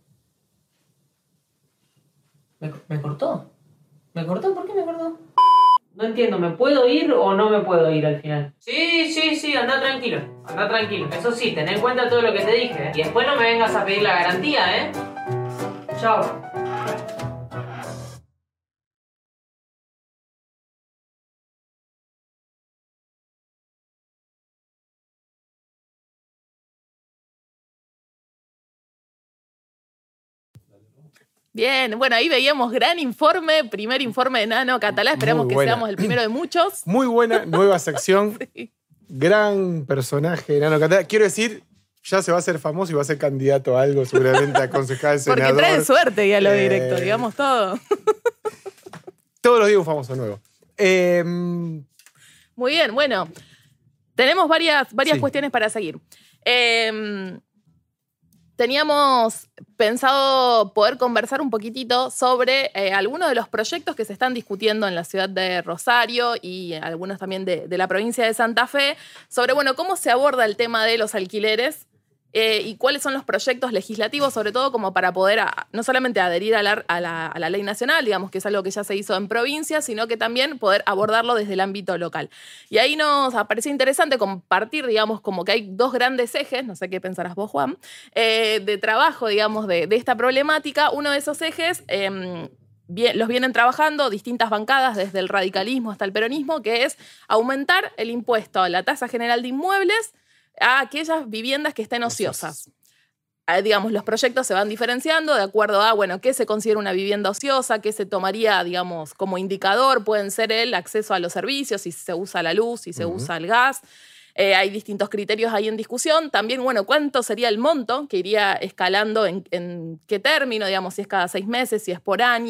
¿Me, me cortó? ¿Me cortó? ¿Por qué me cortó? No entiendo, ¿me puedo ir o no me puedo ir al final? Sí, sí, sí, anda tranquilo, anda tranquilo. Eso sí, ten en cuenta todo lo que te dije, ¿eh? Y después no me vengas a pedir la garantía, ¿eh? Chao. Bien, bueno, ahí veíamos gran informe, primer informe de Nano Catalá, esperamos que seamos el primero de muchos. Muy buena, nueva sección. Sí. Gran personaje, Nano Catalá. Quiero decir, ya se va a hacer famoso y va a ser candidato a algo, seguramente a concejal, senador. Porque trae suerte ya lo eh, directo, digamos todo. Todos los días un famoso nuevo. Eh, Muy bien, bueno, tenemos varias, varias sí. cuestiones para seguir. Eh, Teníamos pensado poder conversar un poquitito sobre eh, algunos de los proyectos que se están discutiendo en la ciudad de Rosario y algunos también de, de la provincia de Santa Fe, sobre, bueno, cómo se aborda el tema de los alquileres eh, y cuáles son los proyectos legislativos, sobre todo como para poder a, no solamente adherir a la, a, la, a la ley nacional, digamos que es algo que ya se hizo en provincia, sino que también poder abordarlo desde el ámbito local. Y ahí nos pareció interesante compartir, digamos, como que hay dos grandes ejes, no sé qué pensarás vos, Juan, eh, de trabajo, digamos, de, de esta problemática. Uno de esos ejes... Eh, Bien, los vienen trabajando distintas bancadas, desde el radicalismo hasta el peronismo, que es aumentar el impuesto a la tasa general de inmuebles a aquellas viviendas que estén ociosas. Eh, digamos, los proyectos se van diferenciando de acuerdo a, bueno, qué se considera una vivienda ociosa, qué se tomaría, digamos, como indicador. Pueden ser el acceso a los servicios, si se usa la luz, si se uh-huh. usa el gas. Eh, hay distintos criterios ahí en discusión. También, bueno, cuánto sería el monto que iría escalando, en, en qué término, digamos, si es cada seis meses, si es por año,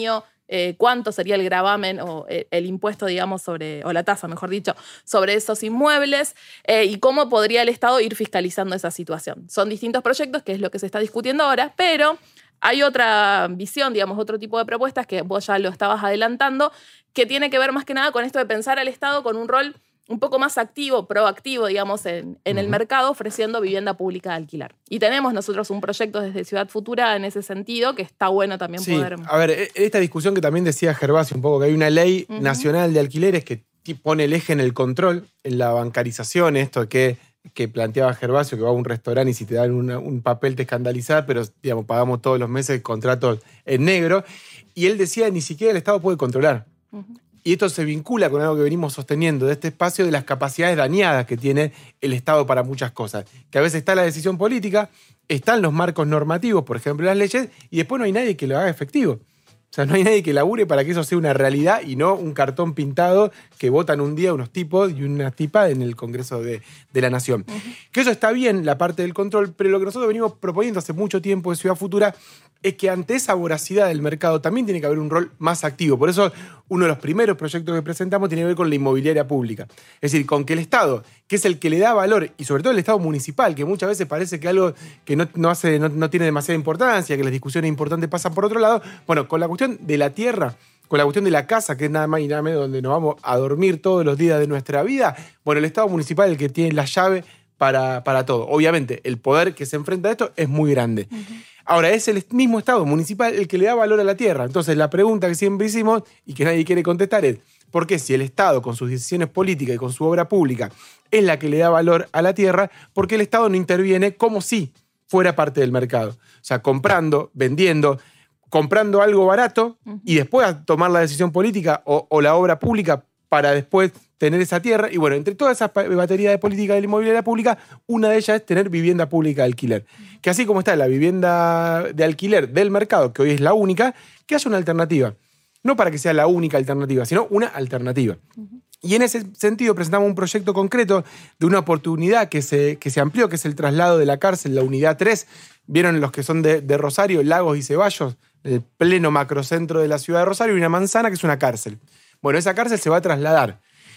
eh, cuánto sería el gravamen o el, el impuesto, digamos, sobre, o la tasa, mejor dicho, sobre esos inmuebles eh, y cómo podría el Estado ir fiscalizando esa situación. Son distintos proyectos, que es lo que se está discutiendo ahora, pero hay otra visión, digamos, otro tipo de propuestas que vos ya lo estabas adelantando, que tiene que ver más que nada con esto de pensar al Estado con un rol un poco más activo, proactivo, digamos, en, en el mercado, ofreciendo vivienda pública de alquilar. Y tenemos nosotros un proyecto desde Ciudad Futura en ese sentido, que está bueno también sí, poder... A ver, esta discusión que también decía Gervasio un poco, que hay una ley uh-huh. nacional de alquileres que pone el eje en el control, en la bancarización, esto que, que planteaba Gervasio, que va a un restaurante y si te dan una, un papel te escandalizás, pero digamos, pagamos todos los meses contratos en negro. Y él decía, ni siquiera el Estado puede controlar. Uh-huh. Y esto se vincula con algo que venimos sosteniendo de este espacio, de las capacidades dañadas que tiene el Estado para muchas cosas. Que a veces está la decisión política, están los marcos normativos, por ejemplo las leyes, y después no hay nadie que lo haga efectivo. O sea, no hay nadie que labure para que eso sea una realidad y no un cartón pintado que votan un día unos tipos y una tipa en el Congreso de, de la Nación. Uh-huh. Que eso está bien, la parte del control, pero lo que nosotros venimos proponiendo hace mucho tiempo en Ciudad Futura es que ante esa voracidad del mercado también tiene que haber un rol más activo. Por eso uno de los primeros proyectos que presentamos tiene que ver con la inmobiliaria pública. Es decir, con que el Estado, que es el que le da valor, y sobre todo el Estado municipal, que muchas veces parece que algo que no, no, hace, no, no tiene demasiada importancia, que las discusiones importantes pasan por otro lado, bueno, con la cuestión de la tierra, con la cuestión de la casa, que es nada más y nada menos donde nos vamos a dormir todos los días de nuestra vida, bueno, el Estado municipal es el que tiene la llave para, para todo. Obviamente, el poder que se enfrenta a esto es muy grande. Uh-huh. Ahora, es el mismo Estado municipal el que le da valor a la tierra. Entonces, la pregunta que siempre hicimos y que nadie quiere contestar es, ¿por qué si el Estado, con sus decisiones políticas y con su obra pública, es la que le da valor a la tierra, por qué el Estado no interviene como si fuera parte del mercado? O sea, comprando, vendiendo, comprando algo barato uh-huh. y después a tomar la decisión política o, o la obra pública para después tener esa tierra. Y bueno, entre todas esas baterías de política de la inmobiliaria pública, una de ellas es tener vivienda pública de alquiler. Que así como está la vivienda de alquiler del mercado, que hoy es la única, que haya una alternativa. No para que sea la única alternativa, sino una alternativa. Uh-huh. Y en ese sentido presentamos un proyecto concreto de una oportunidad que se, que se amplió, que es el traslado de la cárcel, la unidad tres. ¿Vieron los que son de, de Rosario, Lagos y Ceballos? El pleno macrocentro de la ciudad de Rosario y una manzana que es una cárcel. Bueno, esa cárcel se va a trasladar.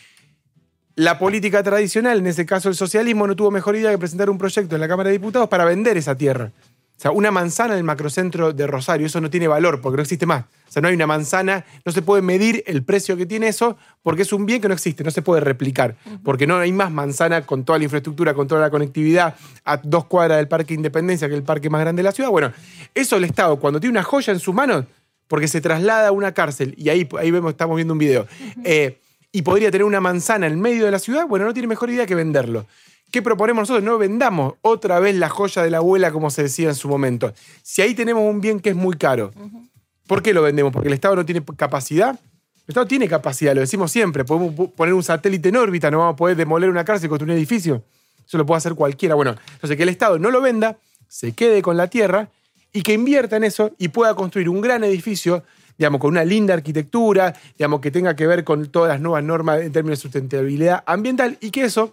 La política tradicional, en ese caso el socialismo, no tuvo mejor idea que presentar un proyecto en la Cámara de Diputados para vender esa tierra. O sea, una manzana en el macrocentro de Rosario, eso no tiene valor porque no existe más. O sea, no hay una manzana, no se puede medir el precio que tiene eso porque es un bien que no existe, no se puede replicar. Porque no hay más manzana con toda la infraestructura, con toda la conectividad a dos cuadras del Parque Independencia, que es el parque más grande de la ciudad. Bueno, eso el Estado, cuando tiene una joya en sus manos, porque se traslada a una cárcel, y ahí, ahí vemos, estamos viendo un video, uh-huh. eh, y podría tener una manzana en el medio de la ciudad, bueno, no tiene mejor idea que venderlo. ¿Qué proponemos nosotros? No vendamos otra vez la joya de la abuela, como se decía en su momento. Si ahí tenemos un bien que es muy caro, uh-huh. ¿por qué lo vendemos? ¿Porque el Estado no tiene capacidad? El Estado tiene capacidad, lo decimos siempre. Podemos poner un satélite en órbita, no vamos a poder demoler una cárcel y construir un edificio. Eso lo puede hacer cualquiera. Bueno, entonces que el Estado no lo venda, se quede con la tierra y que invierta en eso y pueda construir un gran edificio, digamos, con una linda arquitectura, digamos, que tenga que ver con todas las nuevas normas en términos de sustentabilidad ambiental y que eso,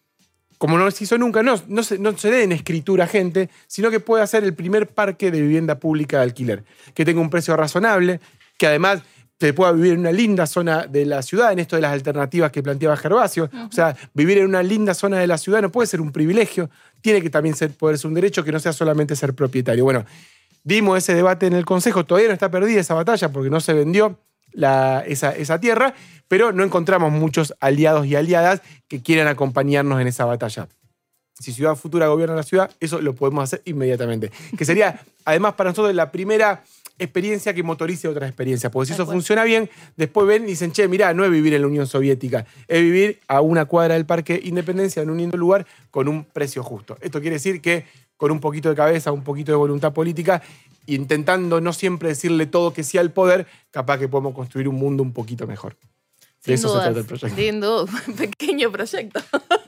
como no se hizo nunca, no, no, se, no se dé en escritura a gente, sino que pueda ser el primer parque de vivienda pública de alquiler, que tenga un precio razonable, que además se pueda vivir en una linda zona de la ciudad, en esto de las alternativas que planteaba Gervasio. Uh-huh. O sea, vivir en una linda zona de la ciudad no puede ser un privilegio, tiene que también ser, poder ser un derecho que no sea solamente ser propietario. Bueno, dimos ese debate en el Consejo, todavía no está perdida esa batalla porque no se vendió la, esa, esa tierra, pero no encontramos muchos aliados y aliadas que quieran acompañarnos en esa batalla. Si Ciudad Futura gobierna la ciudad, eso lo podemos hacer inmediatamente. Que sería, además, para nosotros la primera experiencia que motorice otras experiencias. Porque si eso funciona bien, después ven y dicen, che, mirá, no es vivir en la Unión Soviética, es vivir a una cuadra del Parque Independencia en un lindo lugar con un precio justo. Esto quiere decir que con un poquito de cabeza, un poquito de voluntad política, intentando no siempre decirle todo que sí al poder, capaz que podemos construir un mundo un poquito mejor. De eso se trata el proyecto. Sin duda, un pequeño proyecto.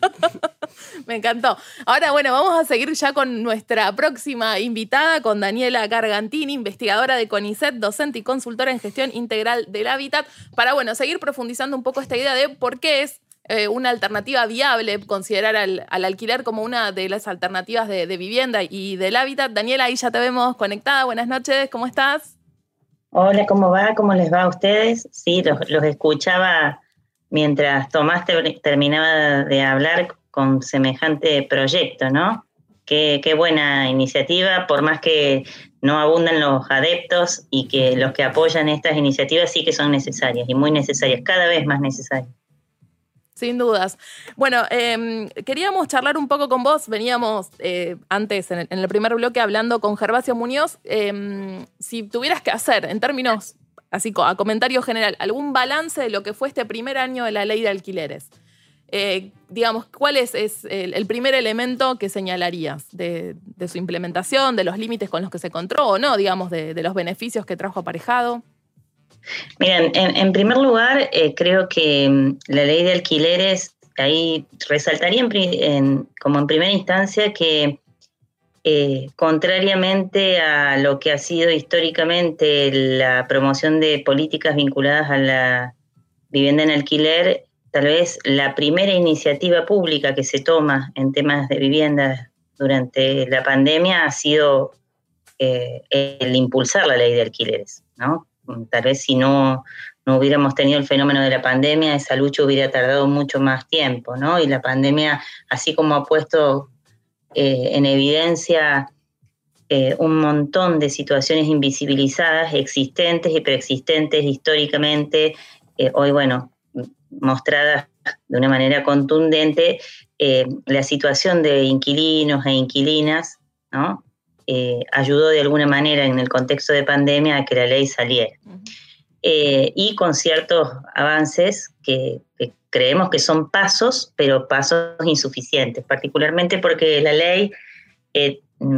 Me encantó. Ahora, bueno, vamos a seguir ya con nuestra próxima invitada, con Daniela Gargantini, investigadora de CONICET, docente y consultora en gestión integral del hábitat, para, bueno, seguir profundizando un poco esta idea de por qué es eh, una alternativa viable considerar al, al alquiler como una de las alternativas de, de vivienda y del hábitat. Daniela, ahí ya te vemos conectada. Buenas noches, ¿cómo estás? Hola, ¿cómo va? ¿Cómo les va a ustedes? Sí, los, los escuchaba mientras Tomás te, terminaba de hablar con semejante proyecto, ¿no? Qué, qué buena iniciativa, por más que no abundan los adeptos y que los que apoyan estas iniciativas sí que son necesarias y muy necesarias, cada vez más necesarias. Sin dudas. Bueno, eh, queríamos charlar un poco con vos. Veníamos eh, antes, en el, en el primer bloque, hablando con Gervasio Muñoz. Eh, si tuvieras que hacer, en términos, así a comentario general, algún balance de lo que fue este primer año de la ley de alquileres. Eh, digamos, ¿cuál es, es el, el primer elemento que señalarías de, de su implementación, de los límites con los que se encontró o no, digamos, de, de los beneficios que trajo aparejado? Miren, en, en primer lugar, eh, creo que la ley de alquileres, ahí resaltaría en, en, como en primera instancia que eh, contrariamente a lo que ha sido históricamente la promoción de políticas vinculadas a la vivienda en alquiler, tal vez la primera iniciativa pública que se toma en temas de vivienda durante la pandemia ha sido eh, el impulsar la ley de alquileres, ¿no? Tal vez si no, no hubiéramos tenido el fenómeno de la pandemia, esa lucha hubiera tardado mucho más tiempo, ¿no? Y la pandemia, así como ha puesto eh, en evidencia eh, un montón de situaciones invisibilizadas, existentes y preexistentes históricamente, eh, hoy, bueno, mostradas de una manera contundente, eh, la situación de inquilinos e inquilinas, ¿no? Eh, ayudó de alguna manera en el contexto de pandemia a que la ley saliera. Uh-huh. Eh, y con ciertos avances que, que creemos que son pasos, pero pasos insuficientes, particularmente porque la ley eh,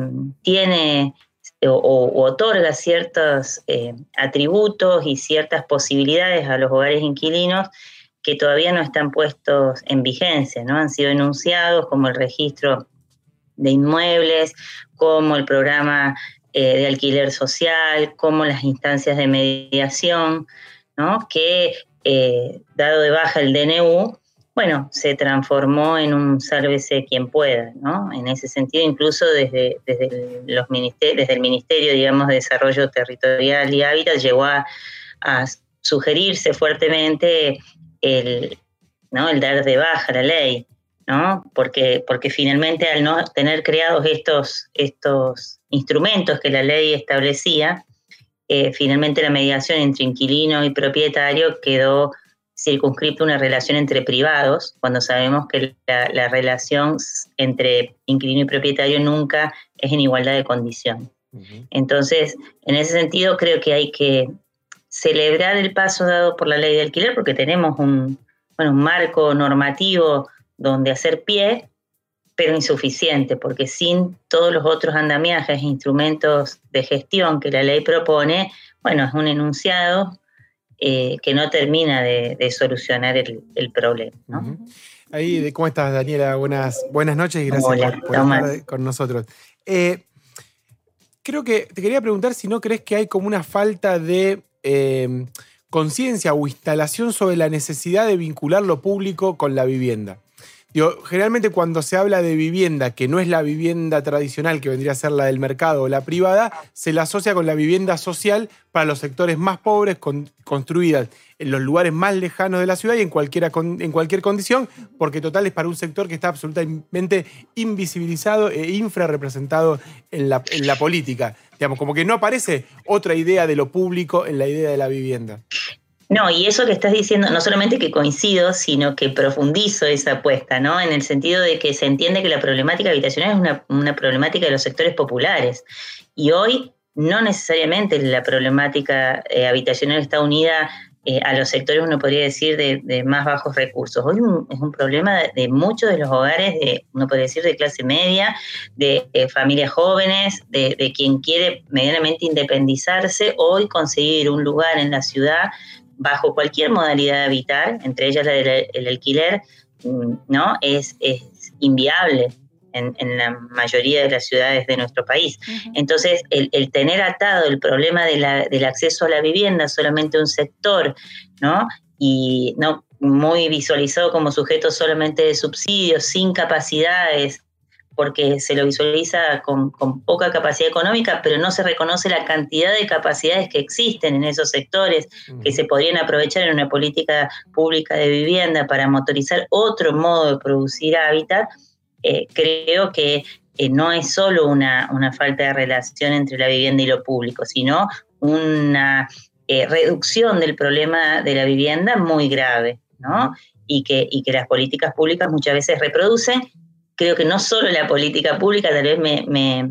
tiene o, o otorga ciertos eh, atributos y ciertas posibilidades a los hogares inquilinos que todavía no están puestos en vigencia, ¿no? Han sido enunciados como el registro de inmuebles, como el programa eh, de alquiler social, como las instancias de mediación, ¿no? Que, eh, dado de baja el D N U, bueno, se transformó en un sálvese quien pueda, ¿no? En ese sentido, incluso desde, desde, los ministerios, desde el Ministerio, digamos, de Desarrollo Territorial y Hábitat, llegó a, a sugerirse fuertemente el, ¿no? el dar de baja la ley, ¿no? Porque, porque finalmente al no tener creados estos, estos instrumentos que la ley establecía, eh, finalmente la mediación entre inquilino y propietario quedó circunscripta a una relación entre privados, cuando sabemos que la, la relación entre inquilino y propietario nunca es en igualdad de condiciones. Uh-huh. Entonces, en ese sentido creo que hay que celebrar el paso dado por la ley de alquiler, porque tenemos un, bueno, un marco normativo donde hacer pie, pero insuficiente, porque sin todos los otros andamiajes e instrumentos de gestión que la ley propone, bueno, es un enunciado eh, que no termina de, de solucionar el, el problema, ¿no? Uh-huh. Ahí, ¿cómo estás, Daniela? Buenas, buenas noches y gracias Hola, por, por estar con nosotros. Eh, creo que te quería preguntar si no crees que hay como una falta de eh, conciencia o instalación sobre la necesidad de vincular lo público con la vivienda. Digo, generalmente cuando se habla de vivienda, que no es la vivienda tradicional, que vendría a ser la del mercado o la privada, se la asocia con la vivienda social para los sectores más pobres, con, construidas en los lugares más lejanos de la ciudad y en, cualquiera, en cualquier condición, porque total es para un sector que está absolutamente invisibilizado e infrarrepresentado en la, en la política. Digamos, como que no aparece otra idea de lo público en la idea de la vivienda. No, y eso que estás diciendo, no solamente que coincido, sino que profundizo esa apuesta, ¿no? En el sentido de que se entiende que la problemática habitacional es una, una problemática de los sectores populares. Y hoy no necesariamente la problemática eh, habitacional está unida eh, a los sectores, uno podría decir, de, de más bajos recursos. Hoy un, es un problema de, de muchos de los hogares, de, uno podría decir, de clase media, de eh, familias jóvenes, de, de quien quiere medianamente independizarse, hoy conseguir un lugar en la ciudad bajo cualquier modalidad de habitar, entre ellas la del alquiler, ¿no? Es, es inviable en, en la mayoría de las ciudades de nuestro país. Uh-huh. Entonces, el, el tener atado el problema de la, del acceso a la vivienda solamente a un sector, ¿no? Y no muy visualizado como sujeto solamente de subsidios, sin capacidades porque se lo visualiza con, con poca capacidad económica, pero no se reconoce la cantidad de capacidades que existen en esos sectores, que se podrían aprovechar en una política pública de vivienda para motorizar otro modo de producir hábitat. Eh, creo que eh, no es solo una, una falta de relación entre la vivienda y lo público, sino una eh, reducción del problema de la vivienda muy grave, ¿no? Y que, y que las políticas públicas muchas veces reproducen. Creo que no solo la política pública, tal vez me, me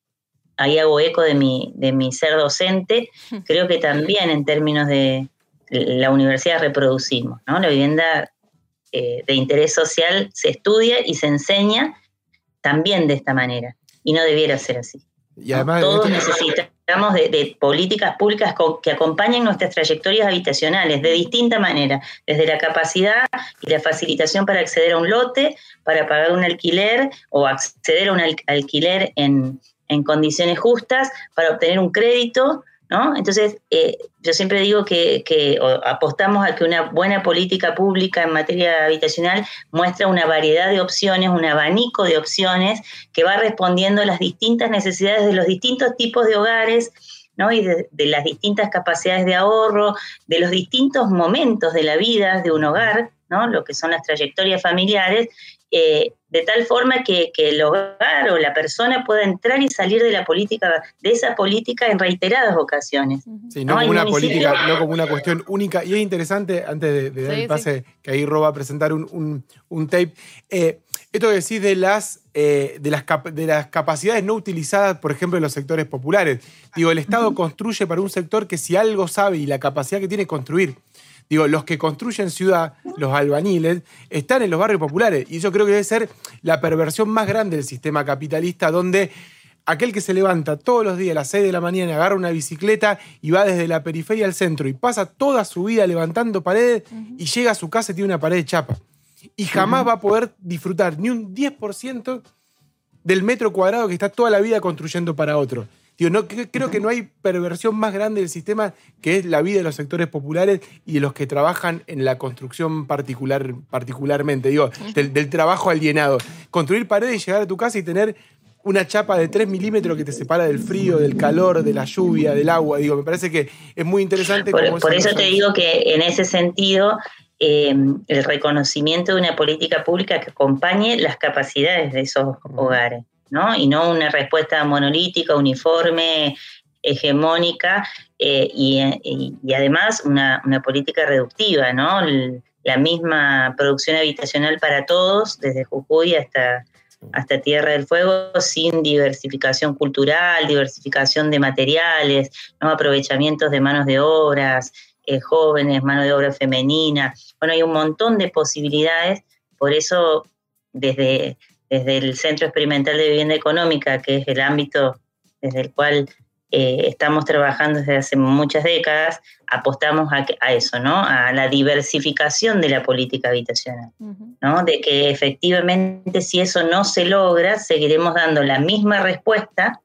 ahí hago eco de mi, de mi ser docente, creo que también en términos de la universidad reproducimos, ¿no? La vivienda eh, de interés social se estudia y se enseña también de esta manera, y no debiera ser así. Y además, ¿no? Todos necesitamos de, de políticas públicas con, que acompañen nuestras trayectorias habitacionales de distinta manera, desde la capacidad y la facilitación para acceder a un lote, para pagar un alquiler o acceder a un al, alquiler en, en condiciones justas, para obtener un crédito, ¿no? Entonces, eh, yo siempre digo que, que apostamos a que una buena política pública en materia habitacional muestra una variedad de opciones, un abanico de opciones que va respondiendo a las distintas necesidades de los distintos tipos de hogares, ¿no? Y de, de las distintas capacidades de ahorro, de los distintos momentos de la vida de un hogar, ¿no? Lo que son las trayectorias familiares, eh, de tal forma que, que el hogar o la persona pueda entrar y salir de la política, de esa política en reiteradas ocasiones. Sí, no, no como una municipio... política, no como una cuestión única. Y es interesante, antes de, de dar sí, el pase, sí. que ahí Ro va a presentar un, un, un tape, eh, esto que decís de las, eh, de, las cap de las capacidades no utilizadas, por ejemplo, en los sectores populares. Digo, el Estado uh-huh. construye para un sector que si algo sabe y la capacidad que tiene es construir. Digo, los que construyen ciudad, los albañiles, están en los barrios populares. Y eso creo que debe ser la perversión más grande del sistema capitalista, donde aquel que se levanta todos los días a las seis de la mañana, agarra una bicicleta y va desde la periferia al centro y pasa toda su vida levantando paredes uh-huh. y llega a su casa y tiene una pared de chapa. Y jamás uh-huh. va a poder disfrutar ni un diez por ciento del metro cuadrado que está toda la vida construyendo para otro. Digo, no, creo que no hay perversión más grande del sistema que es la vida de los sectores populares y de los que trabajan en la construcción particular, particularmente. Digo, del, del trabajo alienado. Construir paredes y llegar a tu casa y tener una chapa de tres milímetros que te separa del frío, del calor, de la lluvia, del agua. Digo, me parece que es muy interesante. Por, cómo por eso te digo que en ese sentido eh, el reconocimiento de una política pública que acompañe las capacidades de esos hogares, ¿no? Y no una respuesta monolítica, uniforme, hegemónica, eh, y, y, y además una, una política reductiva, ¿no? El, la misma producción habitacional para todos, desde Jujuy hasta, hasta Tierra del Fuego, sin diversificación cultural, diversificación de materiales, ¿no? Aprovechamientos de manos de obras, eh, jóvenes, mano de obra femenina. Bueno, hay un montón de posibilidades, por eso desde... Desde el Centro Experimental de Vivienda Económica, que es el ámbito desde el cual eh, estamos trabajando desde hace muchas décadas, apostamos a, a eso, ¿no? A la diversificación de la política habitacional, uh-huh. ¿no? De que efectivamente si eso no se logra, seguiremos dando la misma respuesta,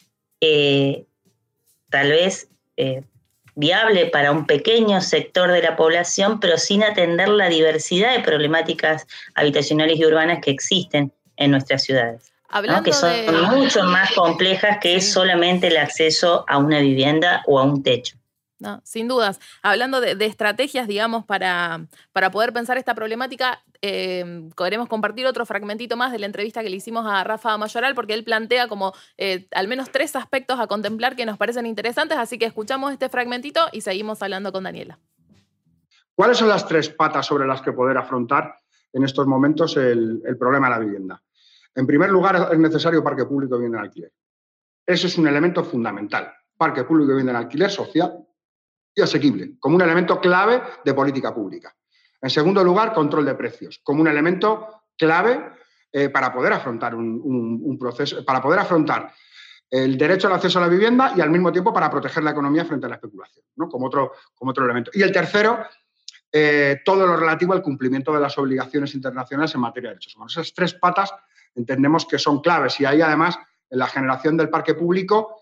eh, tal vez eh, viable para un pequeño sector de la población, pero sin atender la diversidad de problemáticas habitacionales y urbanas que existen en nuestras ciudades, ¿no? Que son de... mucho más complejas que sí. solamente el acceso a una vivienda o a un techo. No, sin dudas. Hablando de, de estrategias, digamos, para, para poder pensar esta problemática, eh, queremos compartir otro fragmentito más de la entrevista que le hicimos a Rafa Mayoral, porque él plantea como eh, al menos tres aspectos a contemplar que nos parecen interesantes, así que escuchamos este fragmentito y seguimos hablando con Daniela. ¿Cuáles son las tres patas sobre las que poder afrontar en estos momentos el, el problema de la vivienda? En primer lugar, es necesario parque público de vivienda en alquiler. Ese es un elemento fundamental. Parque público de vivienda en alquiler social y asequible, como un elemento clave de política pública. En segundo lugar, control de precios, como un elemento clave eh, para poder afrontar un, un, un proceso, para poder afrontar el derecho al acceso a la vivienda y al mismo tiempo para proteger la economía frente a la especulación, ¿no? Como otro, como otro elemento. Y el tercero, eh, todo lo relativo al cumplimiento de las obligaciones internacionales en materia de derechos humanos. Esas tres patas entendemos que son claves y ahí además en la generación del parque público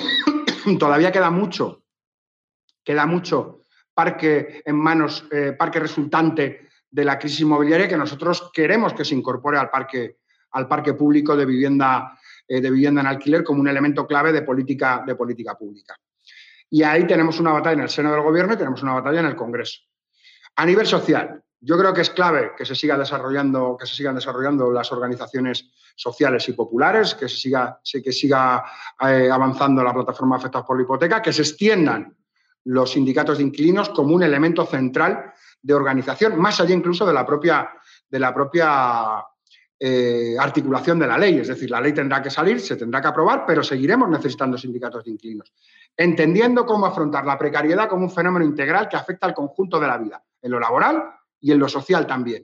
todavía queda mucho, queda mucho parque en manos, eh, parque resultante de la crisis inmobiliaria que nosotros queremos que se incorpore al parque, al parque público de vivienda, eh, de vivienda en alquiler como un elemento clave de política, de política pública. Y ahí tenemos una batalla en el seno del Gobierno y tenemos una batalla en el Congreso. A nivel social, yo creo que es clave que se siga desarrollando, que se sigan desarrollando las organizaciones sociales y populares, que se siga, que siga eh, avanzando la plataforma afectados por la hipoteca, que se extiendan los sindicatos de inquilinos como un elemento central de organización, más allá incluso de la propia, de la propia eh, articulación de la ley. Es decir, la ley tendrá que salir, se tendrá que aprobar, pero seguiremos necesitando sindicatos de inquilinos, entendiendo cómo afrontar la precariedad como un fenómeno integral que afecta al conjunto de la vida, en lo laboral y en lo social también.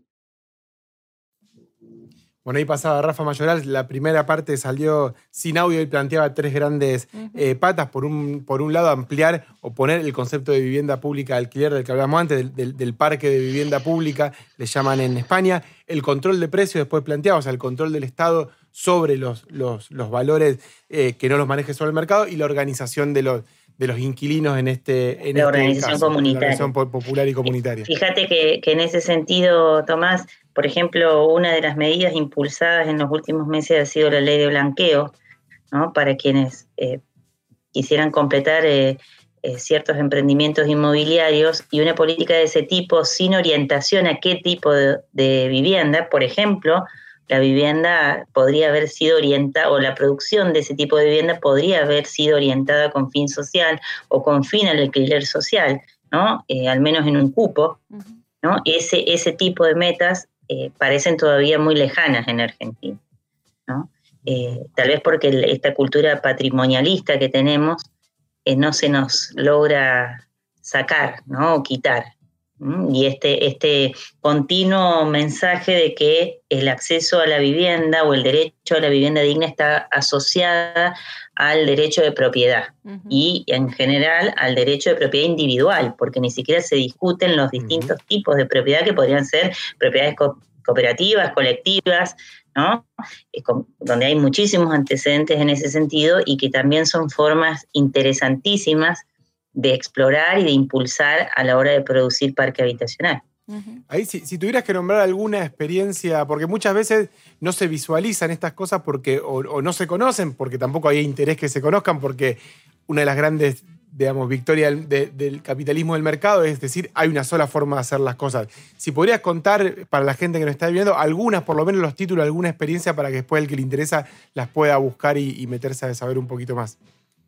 Bueno, ahí pasaba Rafa Mayoral, la primera parte salió sin audio y planteaba tres grandes uh-huh. eh, patas. Por un, por un lado, ampliar o poner el concepto de vivienda pública de alquiler del que hablamos antes, del, del, del parque de vivienda pública, le llaman en España. El control de precios después planteaba, o sea, el control del Estado sobre los, los, los valores eh, que no los maneje sobre el mercado y la organización de los, de los inquilinos en este, en la este organización caso, comunitaria. La organización popular y comunitaria. Fíjate que, que en ese sentido, Tomás, por ejemplo, una de las medidas impulsadas en los últimos meses ha sido la ley de blanqueo, ¿no? Para quienes eh, quisieran completar eh, eh, ciertos emprendimientos inmobiliarios, y una política de ese tipo sin orientación a qué tipo de, de vivienda. Por ejemplo, la vivienda podría haber sido orientada, o la producción de ese tipo de vivienda podría haber sido orientada con fin social o con fin al alquiler social, ¿no? Eh, al menos en un cupo, ¿no? Ese, ese tipo de metas Eh, parecen todavía muy lejanas en Argentina, ¿no? Eh, tal vez porque el, esta cultura patrimonialista que tenemos eh, no se nos logra sacar, ¿no? O quitar. ¿Mm? Y este, este continuo mensaje de que el acceso a la vivienda o el derecho a la vivienda digna está asociada al derecho de propiedad uh-huh. y en general al derecho de propiedad individual, porque ni siquiera se discuten los distintos uh-huh. tipos de propiedad que podrían ser propiedades co- cooperativas, colectivas, ¿no? Eh, con, donde hay muchísimos antecedentes en ese sentido y que también son formas interesantísimas de explorar y de impulsar a la hora de producir parque habitacional. Uh-huh. Ahí, si, si tuvieras que nombrar alguna experiencia, porque muchas veces no se visualizan estas cosas porque o, o no se conocen, porque tampoco hay interés que se conozcan, porque una de las grandes, digamos, victorias del, de, del capitalismo del mercado es decir, hay una sola forma de hacer las cosas. Si podrías contar para la gente que nos está viendo algunas, por lo menos los títulos, alguna experiencia para que después el que le interesa las pueda buscar y, y meterse a saber un poquito más.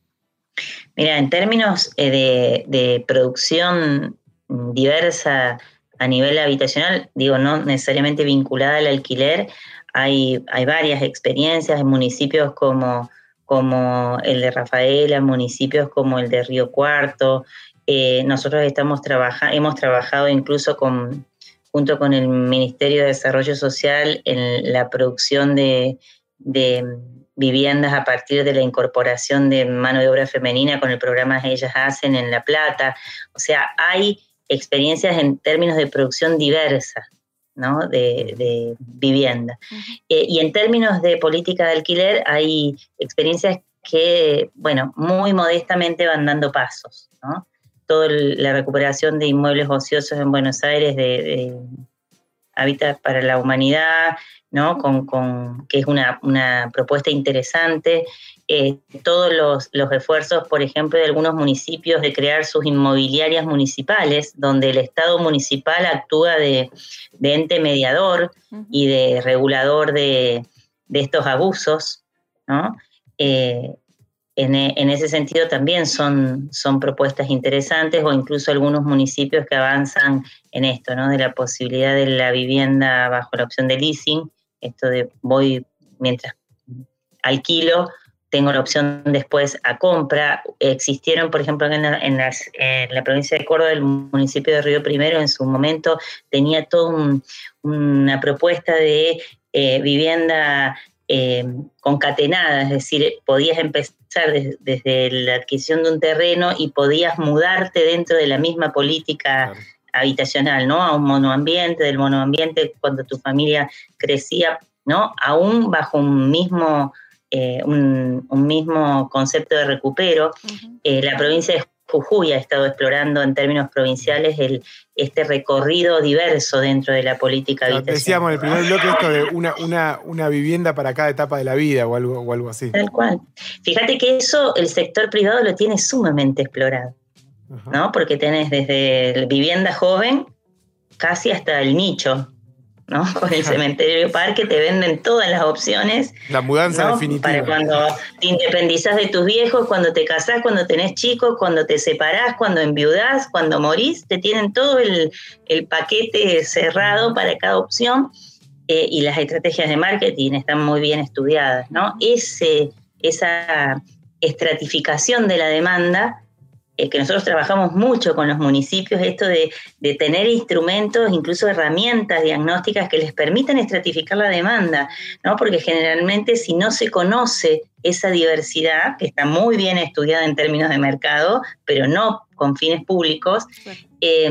Mira, en términos eh, de, de producción diversa a nivel habitacional, digo, no necesariamente vinculada al alquiler, hay, hay varias experiencias en municipios como, como el de Rafaela, municipios como el de Río Cuarto. Eh, nosotros estamos trabaja- hemos trabajado incluso con, junto con el Ministerio de Desarrollo Social en la producción de, de viviendas a partir de la incorporación de mano de obra femenina con el programa Ellas Hacen en La Plata. O sea, hay experiencias en términos de producción diversa, ¿no? de, de vivienda. Uh-huh. Eh, y en términos de política de alquiler hay experiencias que, bueno, muy modestamente van dando pasos, ¿no? Toda la recuperación de inmuebles ociosos en Buenos Aires, de, de Hábitat para la Humanidad, ¿no? Con, con, que es una, una propuesta interesante. Eh, todos los, los esfuerzos, por ejemplo, de algunos municipios de crear sus inmobiliarias municipales, donde el Estado municipal actúa de, de ente mediador uh-huh. y de regulador de, de estos abusos, ¿no? Eh, en, en ese sentido también son, son propuestas interesantes, o incluso algunos municipios que avanzan en esto, ¿no? De la posibilidad de la vivienda bajo la opción de leasing, esto de voy mientras alquilo, tengo la opción después a compra. Existieron, por ejemplo, en la, en las, en la provincia de Córdoba, el municipio de Río Primero en su momento tenía toda un, una propuesta de eh, vivienda eh, concatenada, es decir, podías empezar des, desde la adquisición de un terreno y podías mudarte dentro de la misma política claro. habitacional, ¿no? A un monoambiente, del monoambiente cuando tu familia crecía, ¿no? Aún bajo un mismo... Eh, un, un mismo concepto de recupero. Uh-huh. Eh, la provincia de Jujuy ha estado explorando en términos provinciales el, este recorrido diverso dentro de la política habitacional. Decíamos en el primer bloque esto de una, una, una vivienda para cada etapa de la vida o algo, o algo así. Tal cual. Fíjate que eso el sector privado lo tiene sumamente explorado, uh-huh. ¿no? Porque tenés desde la vivienda joven casi hasta el nicho, ¿no? Con el cementerio parque te venden todas las opciones. La mudanza, ¿no? Definitiva. Para cuando te independizás de tus viejos, cuando te casás, cuando tenés chicos, cuando te separás, cuando enviudás, cuando morís, te tienen todo el, el paquete cerrado para cada opción, eh, y las estrategias de marketing están muy bien estudiadas, ¿no? Ese, esa estratificación de la demanda, Eh, que nosotros trabajamos mucho con los municipios, esto de, de tener instrumentos, incluso herramientas diagnósticas que les permitan estratificar la demanda, ¿no? Porque generalmente si no se conoce esa diversidad, que está muy bien estudiada en términos de mercado, pero no con fines públicos, eh,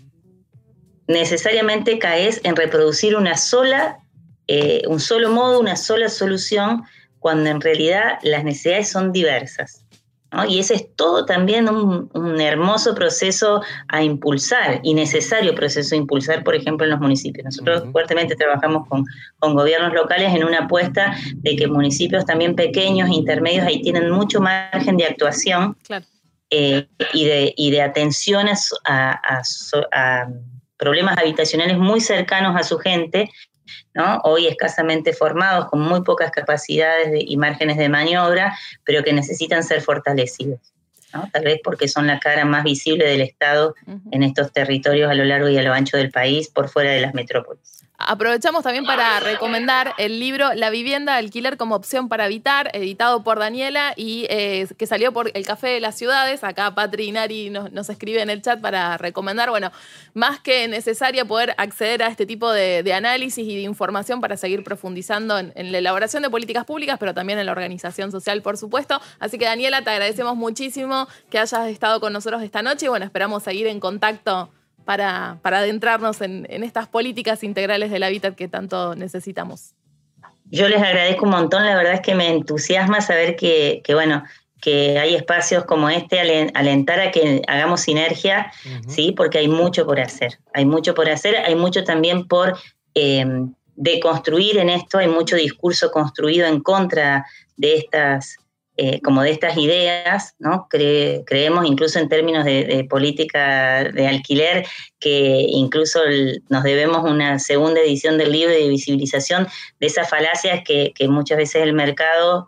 necesariamente caes en reproducir una sola, eh, un solo modo, una sola solución, cuando en realidad las necesidades son diversas, ¿no? Y ese es todo también un, un hermoso proceso a impulsar y necesario proceso a impulsar, por ejemplo, en los municipios. Nosotros uh-huh. fuertemente trabajamos con, con gobiernos locales en una apuesta de que municipios también pequeños, intermedios, ahí tienen mucho margen de actuación, claro. eh, y, de, y de atención a, a, a, a problemas habitacionales muy cercanos a su gente, ¿no? Hoy escasamente formados, con muy pocas capacidades de, y márgenes de maniobra, pero que necesitan ser fortalecidos, ¿no? Tal vez porque son la cara más visible del Estado uh-huh. en estos territorios a lo largo y a lo ancho del país, por fuera de las metrópolis. Aprovechamos también para recomendar el libro La vivienda alquiler como opción para habitar, editado por Daniela y eh, que salió por El Café de las Ciudades. Acá Patri y Nari nos, nos escribe en el chat para recomendar. Bueno, más que necesaria poder acceder a este tipo de, de análisis y de información para seguir profundizando en, en la elaboración de políticas públicas, pero también en la organización social, por supuesto. Así que, Daniela, te agradecemos muchísimo que hayas estado con nosotros esta noche y bueno, esperamos seguir en contacto Para, para adentrarnos en, en estas políticas integrales del hábitat que tanto necesitamos. Yo les agradezco un montón, la verdad es que me entusiasma saber que, que bueno, que hay espacios como este, alentar a que hagamos sinergia, uh-huh. ¿sí? Porque hay mucho por hacer, hay mucho por hacer, hay mucho también por eh, deconstruir en esto, hay mucho discurso construido en contra de estas Eh, como de estas ideas, ¿no? Cre- creemos incluso en términos de, de política de alquiler que incluso el, nos debemos una segunda edición del libro de visibilización de esas falacias que, que muchas veces el mercado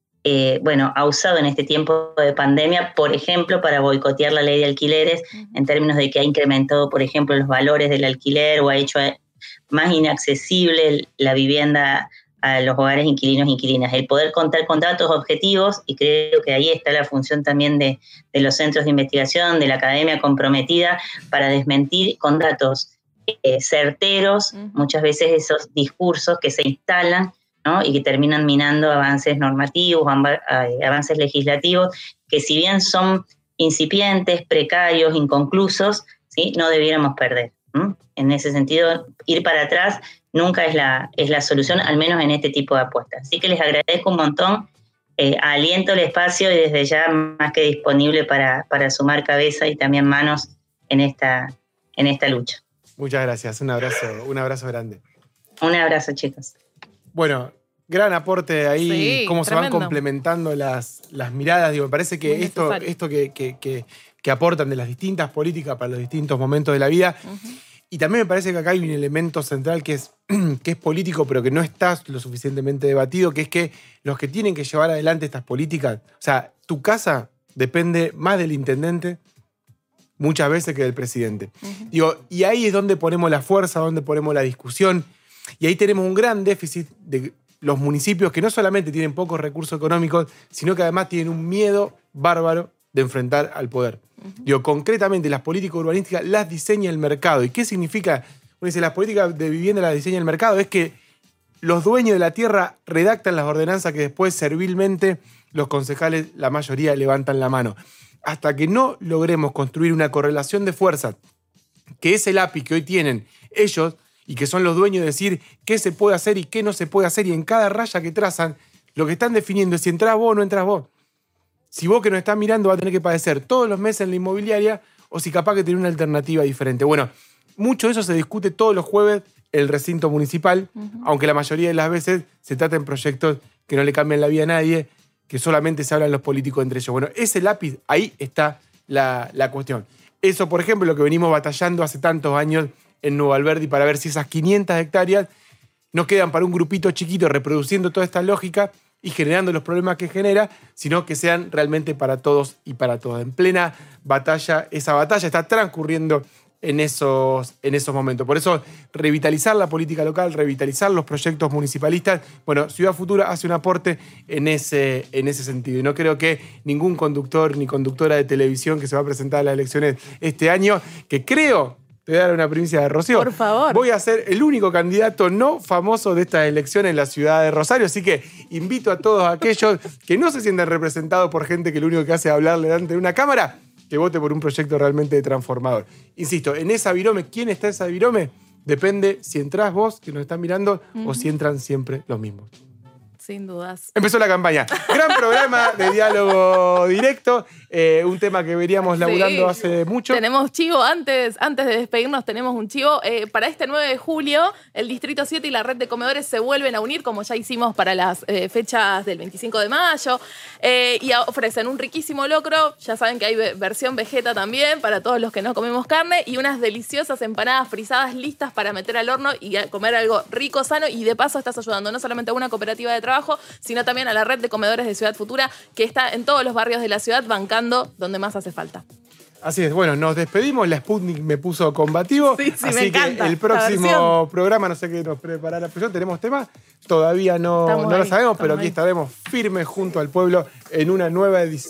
eh, bueno, ha usado en este tiempo de pandemia, por ejemplo, para boicotear la ley de alquileres, uh-huh. en términos de que ha incrementado, por ejemplo, los valores del alquiler o ha hecho más inaccesible la vivienda a los hogares inquilinos e inquilinas. El poder contar con datos objetivos, y creo que ahí está la función también de, de los centros de investigación, de la academia comprometida, para desmentir con datos eh, certeros, uh-huh. muchas veces esos discursos que se instalan, ¿no? Y que terminan minando avances normativos, avances legislativos, que si bien son incipientes, precarios, inconclusos, ¿sí? No debiéramos perder. ¿Mm? En ese sentido, ir para atrás nunca es la, es la solución, al menos en este tipo de apuestas. Así que les agradezco un montón, eh, aliento el espacio y desde ya más que disponible para, para sumar cabeza y también manos en esta, en esta lucha. Muchas gracias, un abrazo, un abrazo grande. Un abrazo, chicos. Bueno, gran aporte ahí, sí, cómo tremendo. Se van complementando las, las miradas. Digo, me parece que Muy esto, esto que, que, que, que aportan de las distintas políticas para los distintos momentos de la vida. Uh-huh. Y también me parece que acá hay un elemento central que es, que es político, pero que no está lo suficientemente debatido, que es que los que tienen que llevar adelante estas políticas, o sea, tu casa depende más del intendente muchas veces que del presidente. Uh-huh. Digo, y ahí es donde ponemos la fuerza, donde ponemos la discusión. Y ahí tenemos un gran déficit de los municipios que no solamente tienen pocos recursos económicos, sino que además tienen un miedo bárbaro de enfrentar al poder. Uh-huh. Digo, concretamente, las políticas urbanísticas las diseña el mercado. ¿Y qué significa? Uno dice, las políticas de vivienda las diseña el mercado. Es que los dueños de la tierra redactan las ordenanzas que después servilmente los concejales, la mayoría, levantan la mano. Hasta que no logremos construir una correlación de fuerzas, que es el A P I que hoy tienen ellos, y que son los dueños de decir qué se puede hacer y qué no se puede hacer, y en cada raya que trazan, lo que están definiendo es si entrás vos o no entrás vos. si vos que nos estás mirando va a tener que padecer todos los meses en la inmobiliaria o si capaz que tiene una alternativa diferente. Bueno, mucho de eso se discute todos los jueves en el recinto municipal, uh-huh. aunque la mayoría de las veces se trata en proyectos que no le cambian la vida a nadie, que solamente se hablan los políticos entre ellos. Bueno, ese lápiz, ahí está la, la cuestión. Eso, por ejemplo, lo que venimos batallando hace tantos años en Nuevo Alberdi para ver si esas quinientas hectáreas no quedan para un grupito chiquito reproduciendo toda esta lógica y generando los problemas que genera, sino que sean realmente para todos y para todas. En plena batalla, esa batalla está transcurriendo en esos, en esos momentos. Por eso, revitalizar la política local, revitalizar los proyectos municipalistas. Bueno, Ciudad Futura hace un aporte en ese, en ese sentido. Y no creo que ningún conductor ni conductora de televisión que se va a presentar a las elecciones este año, que creo, te voy a dar una primicia de Rocío. Por favor. Voy a ser el único candidato no famoso de estas elecciones en la ciudad de Rosario. Así que invito a todos aquellos que no se sientan representados por gente que lo único que hace es hablarle delante de una cámara, que vote por un proyecto realmente transformador. Insisto, en esa virome, ¿quién está en esa virome? Depende si entrás vos, que nos están mirando, uh-huh. o si entran siempre los mismos. Sin dudas. Empezó la campaña. Gran programa de diálogo directo, eh, un tema que veníamos laburando sí. hace mucho. Tenemos chivo, antes, antes de despedirnos tenemos un chivo. Eh, para este nueve de julio, el Distrito siete y la red de comedores se vuelven a unir, como ya hicimos para las eh, fechas del veinticinco de mayo, eh, y ofrecen un riquísimo locro, ya saben que hay versión vegeta también, para todos los que no comemos carne, y unas deliciosas empanadas frisadas listas para meter al horno y comer algo rico, sano, y de paso estás ayudando no solamente a una cooperativa de trabajo, sino también a la red de comedores de Ciudad Futura, que está en todos los barrios de la ciudad bancando donde más hace falta. Así es, bueno, nos despedimos, la Sputnik me puso combativo, sí, sí, así me encanta, que el próximo programa, no sé qué nos prepara la presión, tenemos tema, todavía no, no ahí, lo sabemos, pero aquí ahí. estaremos firmes junto al pueblo en una nueva edición.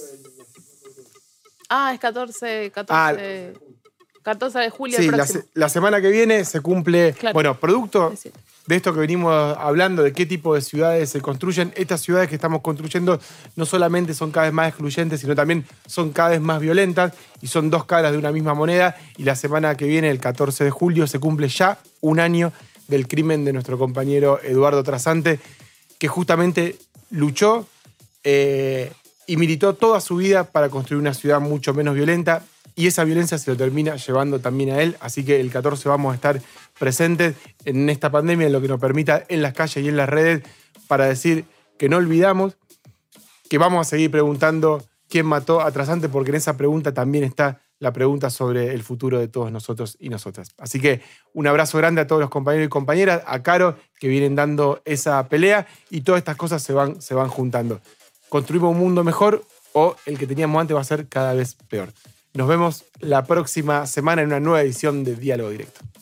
Ah, es catorce, catorce, ah, catorce de julio. Sí, el la, la semana que viene se cumple, claro. bueno, producto de esto que venimos hablando, de qué tipo de ciudades se construyen. Estas ciudades que estamos construyendo no solamente son cada vez más excluyentes, sino también son cada vez más violentas y son dos caras de una misma moneda. Y la semana que viene, el catorce de julio, se cumple ya un año del crimen de nuestro compañero Eduardo Trasante, que justamente luchó eh, y militó toda su vida para construir una ciudad mucho menos violenta. Y esa violencia se lo termina llevando también a él. Así que el catorce vamos a estar presentes en esta pandemia, en lo que nos permita en las calles y en las redes, para decir que no olvidamos, que vamos a seguir preguntando quién mató a Trasante, porque en esa pregunta también está la pregunta sobre el futuro de todos nosotros y nosotras. Así que un abrazo grande a todos los compañeros y compañeras, a Caro, que vienen dando esa pelea, y todas estas cosas se van, se van juntando. Construimos un mundo mejor, o el que teníamos antes va a ser cada vez peor. Nos vemos la próxima semana en una nueva edición de Diálogo Directo.